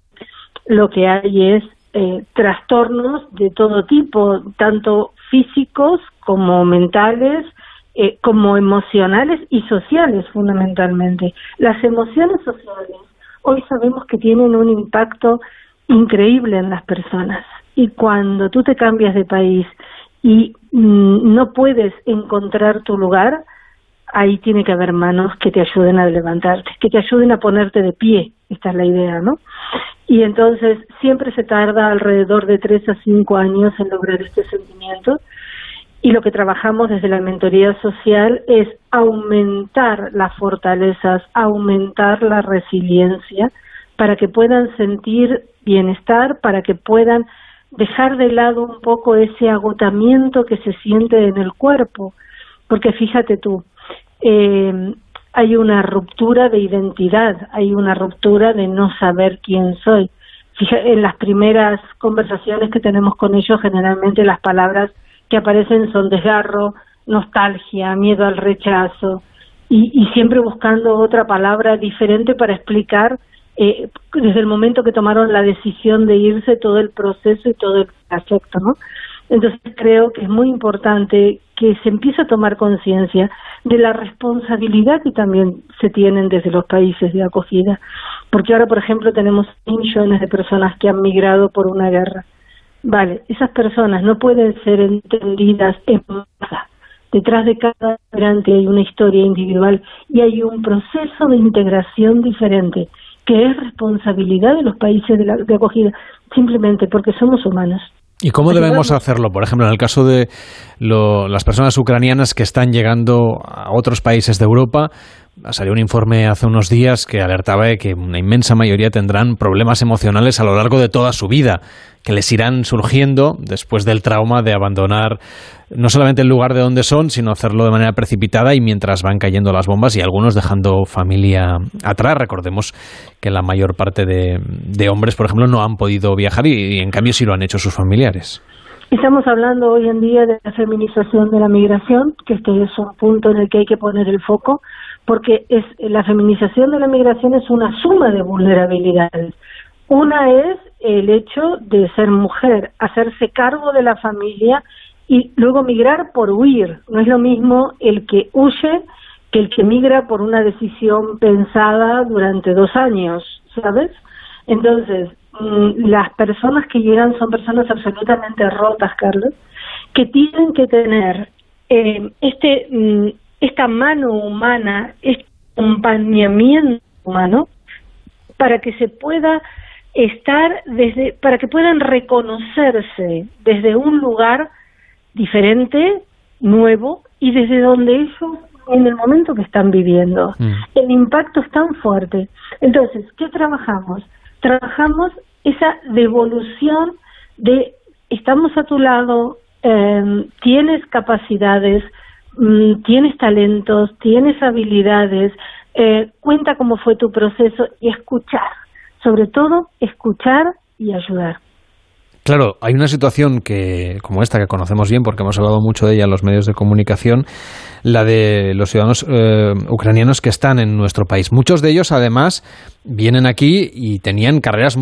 lo que hay es eh, trastornos de todo tipo, tanto físicos como mentales, eh, como emocionales y sociales fundamentalmente. Las emociones sociales hoy sabemos que tienen un impacto increíble en las personas, y cuando tú te cambias de país y mm, no puedes encontrar tu lugar, ahí tiene que haber manos que te ayuden a levantarte, que te ayuden a ponerte de pie. Esta es la idea, ¿no? Y entonces siempre se tarda alrededor de tres a cinco años en lograr este sentimiento, y lo que trabajamos desde la mentoría social es aumentar las fortalezas, aumentar la resiliencia para que puedan sentir bienestar, para que puedan dejar de lado un poco ese agotamiento que se siente en el cuerpo, porque fíjate tú, eh, hay una ruptura de identidad, hay una ruptura de no saber quién soy. Fíjate, en las primeras conversaciones que tenemos con ellos, generalmente las palabras que aparecen son desgarro, nostalgia, miedo al rechazo, y, y siempre buscando otra palabra diferente para explicar eh, desde el momento que tomaron la decisión de irse, todo el proceso y todo el trayecto, ¿no? Entonces creo que es muy importante que se empiece a tomar conciencia de la responsabilidad que también se tienen desde los países de acogida, porque ahora, por ejemplo, tenemos millones de personas que han migrado por una guerra. Vale, esas personas no pueden ser entendidas en masa. Detrás de cada migrante hay una historia individual y hay un proceso de integración diferente, que es responsabilidad de los países de, la, de acogida, simplemente porque somos humanos. ¿Y cómo debemos hacerlo? Por ejemplo, en el caso de lo, las personas ucranianas que están llegando a otros países de Europa, salió un informe hace unos días que alertaba de que una inmensa mayoría tendrán problemas emocionales a lo largo de toda su vida, que les irán surgiendo después del trauma de abandonar no solamente el lugar de donde son, sino hacerlo de manera precipitada y mientras van cayendo las bombas y algunos dejando familia atrás. Recordemos que la mayor parte de, de hombres, por ejemplo, no han podido viajar y, y en cambio sí lo han hecho sus familiares. Estamos hablando hoy en día de la feminización de la migración, que este es un punto en el que hay que poner el foco, porque es la feminización de la migración es una suma de vulnerabilidades. Una es el hecho de ser mujer, hacerse cargo de la familia y luego migrar por huir. No es lo mismo el que huye que el que migra por una decisión pensada durante dos años, ¿sabes? Entonces, las personas que llegan son personas absolutamente rotas, Carlos, que tienen que tener eh, este esta mano humana, este acompañamiento humano, para que se pueda estar desde, para que puedan reconocerse desde un lugar diferente, nuevo, y desde donde ellos, en el momento que están viviendo. Mm. El impacto es tan fuerte. Entonces, ¿qué trabajamos? Trabajamos esa devolución de estamos a tu lado, eh, tienes capacidades, mm, tienes talentos, tienes habilidades, eh, cuenta cómo fue tu proceso y escuchar, sobre todo escuchar y ayudar. Claro, hay una situación que, como esta que conocemos bien porque hemos hablado mucho de ella en los medios de comunicación, la de los ciudadanos eh, ucranianos que están en nuestro país. Muchos de ellos, además, vienen aquí y tenían carreras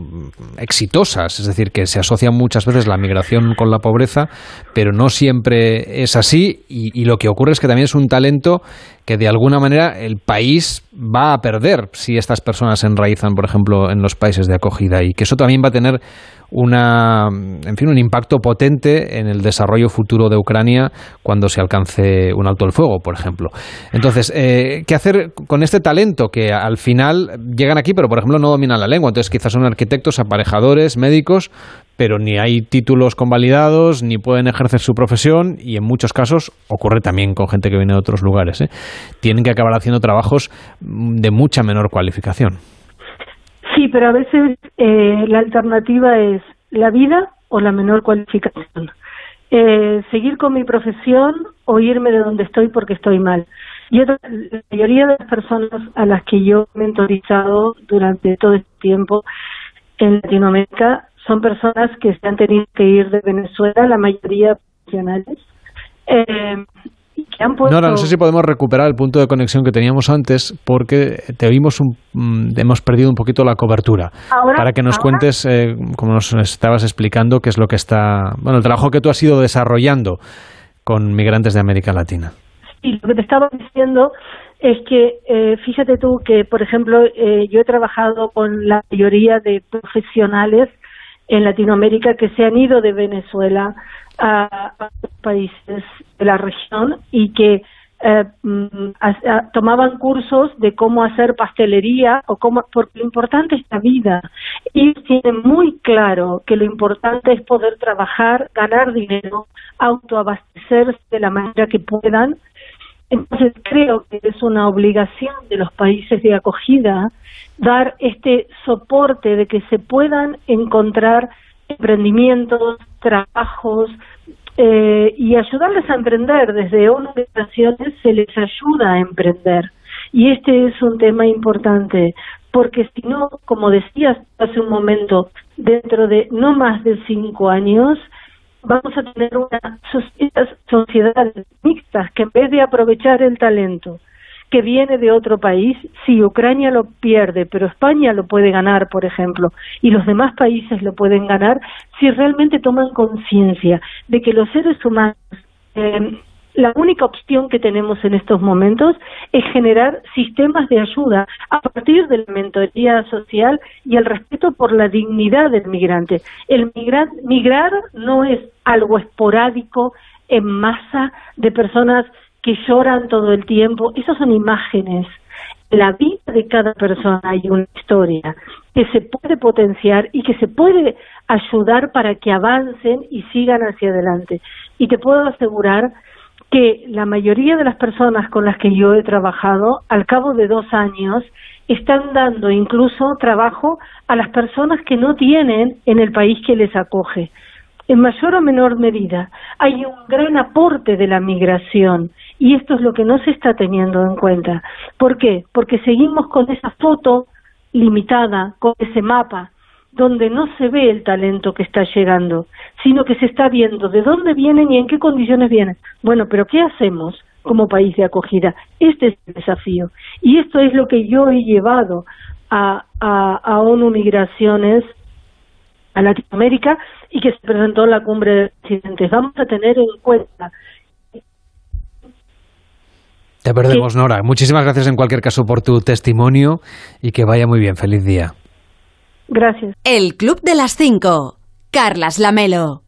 exitosas, es decir, que se asocia muchas veces la migración con la pobreza, pero no siempre es así y, y lo que ocurre es que también es un talento que de alguna manera el país va a perder si estas personas se enraizan, por ejemplo, en los países de acogida y que eso también va a tener una, en fin, un impacto potente en el desarrollo futuro de Ucrania cuando se alcance un alto el fuego, por ejemplo. Entonces, eh, ¿qué hacer con este talento que al final llegan aquí, pero por ejemplo no dominan la lengua? Entonces quizás son arquitectos, aparejadores, médicos, pero ni hay títulos convalidados, ni pueden ejercer su profesión y en muchos casos, ocurre también con gente que viene de otros lugares, ¿eh? tienen que acabar haciendo trabajos de mucha menor cualificación. Sí, pero a veces eh, la alternativa es la vida o la menor cualificación. Eh, seguir con mi profesión o irme de donde estoy porque estoy mal. Y otra, la mayoría de las personas a las que yo he mentorizado durante todo este tiempo en Latinoamérica son personas que se han tenido que ir de Venezuela, la mayoría profesionales. Eh, que han puesto... Nora, no sé si podemos recuperar el punto de conexión que teníamos antes porque te oímos un, hemos perdido un poquito la cobertura. ¿Ahora? Para que nos ¿Ahora? cuentes, eh, como nos estabas explicando, qué es lo que está... Bueno, el trabajo que tú has ido desarrollando con migrantes de América Latina. Sí, lo que te estaba diciendo es que, eh, fíjate tú que, por ejemplo, eh, yo he trabajado con la mayoría de profesionales en Latinoamérica que se han ido de Venezuela a, a países de la región y que eh, a, a, tomaban cursos de cómo hacer pastelería o cómo, porque lo importante es la vida. Ellos tienen muy claro que lo importante es poder trabajar, ganar dinero, autoabastecerse de la manera que puedan. Entonces creo que es una obligación de los países de acogida dar este soporte de que se puedan encontrar emprendimientos, trabajos eh, y ayudarles a emprender. Desde organizaciones se les ayuda a emprender y este es un tema importante porque si no, como decías hace un momento, dentro de no más de cinco años vamos a tener una sociedades mixtas que en vez de aprovechar el talento que viene de otro país, si Ucrania lo pierde, pero España lo puede ganar, por ejemplo, y los demás países lo pueden ganar, si realmente toman conciencia de que los seres humanos, eh, la única opción que tenemos en estos momentos es generar sistemas de ayuda a partir de la mentoría social y el respeto por la dignidad del migrante. El migrar, migrar no es algo esporádico en masa de personas que lloran todo el tiempo. Esas son imágenes. En la vida de cada persona hay una historia que se puede potenciar y que se puede ayudar para que avancen y sigan hacia adelante. Y te puedo asegurar que la mayoría de las personas con las que yo he trabajado, al cabo de dos años, están dando incluso trabajo a las personas que no tienen en el país que les acoge. En mayor o menor medida, hay un gran aporte de la migración y esto es lo que no se está teniendo en cuenta. ¿Por qué? Porque seguimos con esa foto limitada, con ese mapa, donde no se ve el talento que está llegando, sino que se está viendo de dónde vienen y en qué condiciones vienen. Bueno, pero ¿qué hacemos como país de acogida? Este es el desafío. Y esto es lo que yo he llevado a, a, a ONU Migraciones, a Latinoamérica, y que se presentó en la cumbre de presidentes. Vamos a tener en cuenta... Te perdemos, Nora. Muchísimas gracias en cualquier caso por tu testimonio y que vaya muy bien. Feliz día. Gracias. El Club de las Cinco. Carlas Lamelo.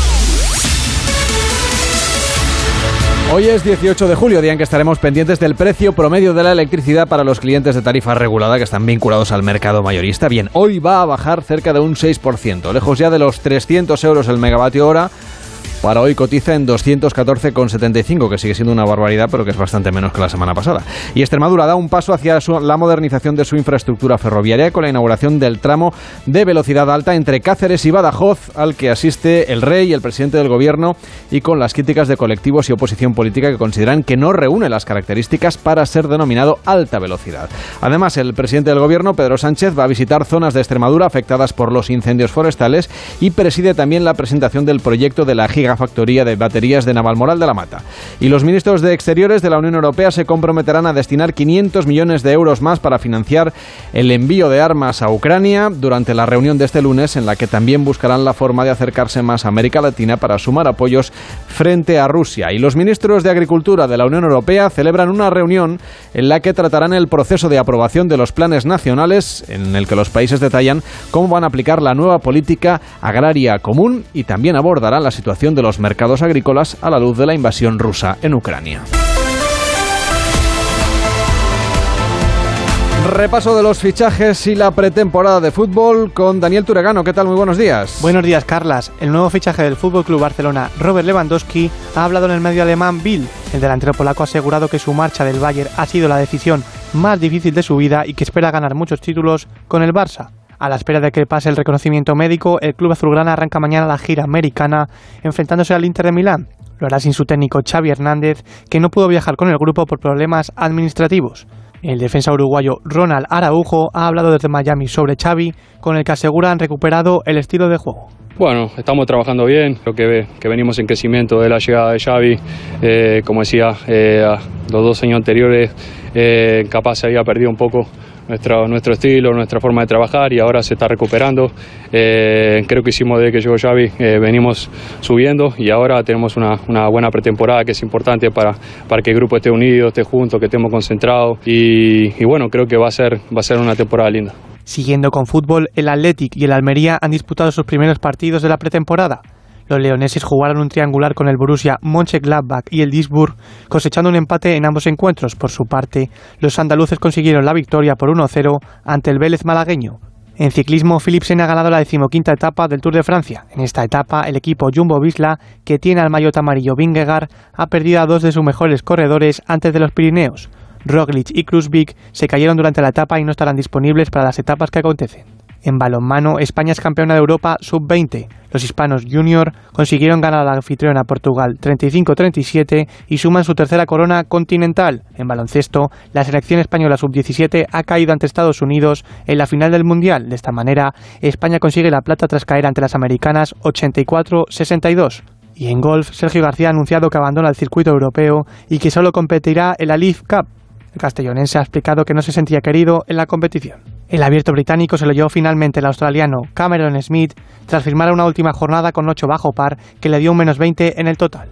Hoy es dieciocho de julio, día en que estaremos pendientes del precio promedio de la electricidad para los clientes de tarifa regulada que están vinculados al mercado mayorista. Bien, hoy va a bajar cerca de un seis por ciento, lejos ya de los trescientos euros el megavatio hora. Para hoy cotiza en doscientos catorce coma setenta y cinco, que sigue siendo una barbaridad, pero que es bastante menos que la semana pasada. Y Extremadura da un paso hacia su, la modernización de su infraestructura ferroviaria con la inauguración del tramo de velocidad alta entre Cáceres y Badajoz, al que asiste el rey y el presidente del gobierno, y con las críticas de colectivos y oposición política que consideran que no reúne las características para ser denominado alta velocidad. Además, el presidente del gobierno, Pedro Sánchez, va a visitar zonas de Extremadura afectadas por los incendios forestales y preside también la presentación del proyecto de la giga factoría de baterías de Navalmoral de la Mata. Y los ministros de Exteriores de la Unión Europea se comprometerán a destinar quinientos millones de euros más para financiar el envío de armas a Ucrania durante la reunión de este lunes, en la que también buscarán la forma de acercarse más a América Latina para sumar apoyos frente a Rusia. Y los ministros de Agricultura de la Unión Europea celebran una reunión en la que tratarán el proceso de aprobación de los planes nacionales, en el que los países detallan cómo van a aplicar la nueva política agraria común, y también abordarán la situación de los mercados agrícolas a la luz de la invasión rusa en Ucrania. Repaso de los fichajes y la pretemporada de fútbol con Daniel Turegano. ¿Qué tal? Muy buenos días. Buenos días, Carlas. El nuevo fichaje del F C Barcelona, Robert Lewandowski, ha hablado en el medio alemán Bild. El delantero polaco ha asegurado que su marcha del Bayern ha sido la decisión más difícil de su vida y que espera ganar muchos títulos con el Barça. A la espera de que pase el reconocimiento médico, el club azulgrana arranca mañana la gira americana enfrentándose al Inter de Milán. Lo hará sin su técnico Xavi Hernández, que no pudo viajar con el grupo por problemas administrativos. El defensa uruguayo Ronald Araujo ha hablado desde Miami sobre Xavi, con el que asegura han recuperado el estilo de juego. Bueno, estamos trabajando bien, creo que, que venimos en crecimiento de la llegada de Xavi. Eh, como decía, eh, los dos años anteriores eh, capaz se había perdido un poco Nuestro, nuestro estilo, nuestra forma de trabajar, y ahora se está recuperando. Eh, creo que hicimos desde que llegó Xavi, eh, venimos subiendo, y ahora tenemos una, una buena pretemporada que es importante para, para que el grupo esté unido, esté junto, que estemos concentrados, y, y bueno, creo que va a ser, va a ser una temporada linda. Siguiendo con fútbol, el Athletic y el Almería han disputado sus primeros partidos de la pretemporada. Los leoneses jugaron un triangular con el Borussia Mönchengladbach y el Duisburg, cosechando un empate en ambos encuentros. Por su parte, los andaluces consiguieron la victoria por uno a cero ante el Vélez malagueño. En ciclismo, Philipsen ha ganado la decimoquinta etapa del Tour de Francia. En esta etapa, el equipo Jumbo-Visma, que tiene al maillot amarillo Vingegaard, ha perdido a dos de sus mejores corredores antes de los Pirineos. Roglic y Kruijswijk se cayeron durante la etapa y no estarán disponibles para las etapas que acontecen. En balonmano, España es campeona de Europa sub veinte. Los hispanos junior consiguieron ganar a la anfitriona Portugal treinta y cinco a treinta y siete y suman su tercera corona continental. En baloncesto, la selección española sub diecisiete ha caído ante Estados Unidos en la final del Mundial. De esta manera, España consigue la plata tras caer ante las americanas ochenta y cuatro a sesenta y dos. Y en golf, Sergio García ha anunciado que abandona el circuito europeo y que solo competirá en la Leaf Cup. El castellonense ha explicado que no se sentía querido en la competición. El abierto británico se lo llevó finalmente el australiano Cameron Smith tras firmar una última jornada con ocho bajo par que le dio un menos veinte en el total.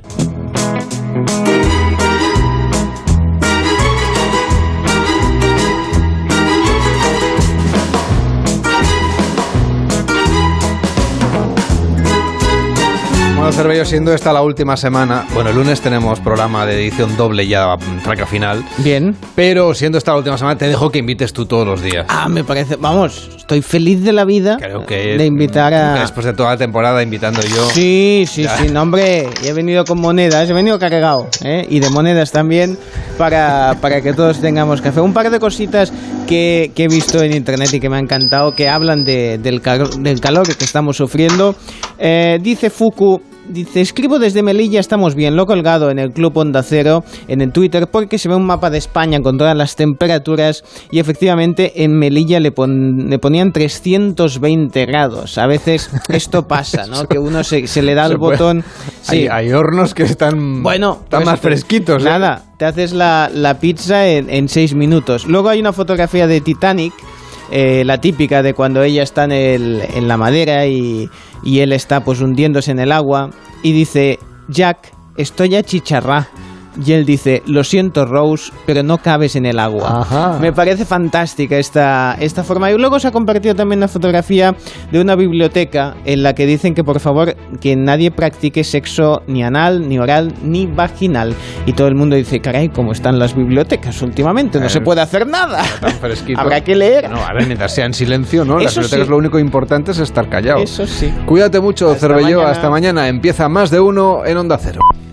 Bueno, Cervello, siendo esta la última semana, bueno, el lunes tenemos programa de edición doble ya, traca final. Bien. Pero siendo esta la última semana, te dejo que invites tú todos los días. Ah, me parece, vamos, estoy feliz de la vida. Creo que de invitar a... después de toda la temporada invitando yo. Sí, sí, ya. sí, no, hombre, he venido con monedas, he venido cargado, ¿eh? Y de monedas también para, para que todos tengamos café. Un par de cositas que, que he visto en internet y que me ha encantado, que hablan de, del, cal, del calor que estamos sufriendo. Eh, dice Fuku, dice, escribo desde Melilla, estamos bien, lo he colgado en el Club Onda Cero, en el Twitter, porque se ve un mapa de España con todas las temperaturas y efectivamente en Melilla le, pon, le ponían trescientos veinte grados. A veces esto pasa, ¿no? Que uno se, se le da el botón. Sí. Hay, hay hornos que están, bueno, están pues, más fresquitos. ¿eh? Nada, te haces la, la pizza en, en seis minutos. Luego hay una fotografía de Titanic, Eh, la típica de cuando ella está en, el, en la madera y, y él está pues hundiéndose en el agua y dice, Jack, estoy a chicharrá. Y él dice, lo siento Rose, pero no cabes en el agua. Ajá. Me parece fantástica esta, esta forma. Y luego se ha compartido también una fotografía de una biblioteca en la que dicen que por favor que nadie practique sexo ni anal, ni oral, ni vaginal. Y todo el mundo dice, caray, ¿cómo están las bibliotecas últimamente? No eh, se puede hacer nada. Habrá que leer. No, a ver, mientras sea en silencio, ¿no? Las Eso bibliotecas sí. lo único importante es estar callado. Eso sí. Cuídate mucho, Hasta Cervelló. mañana. Hasta mañana. Empieza Más de Uno en Onda Cero.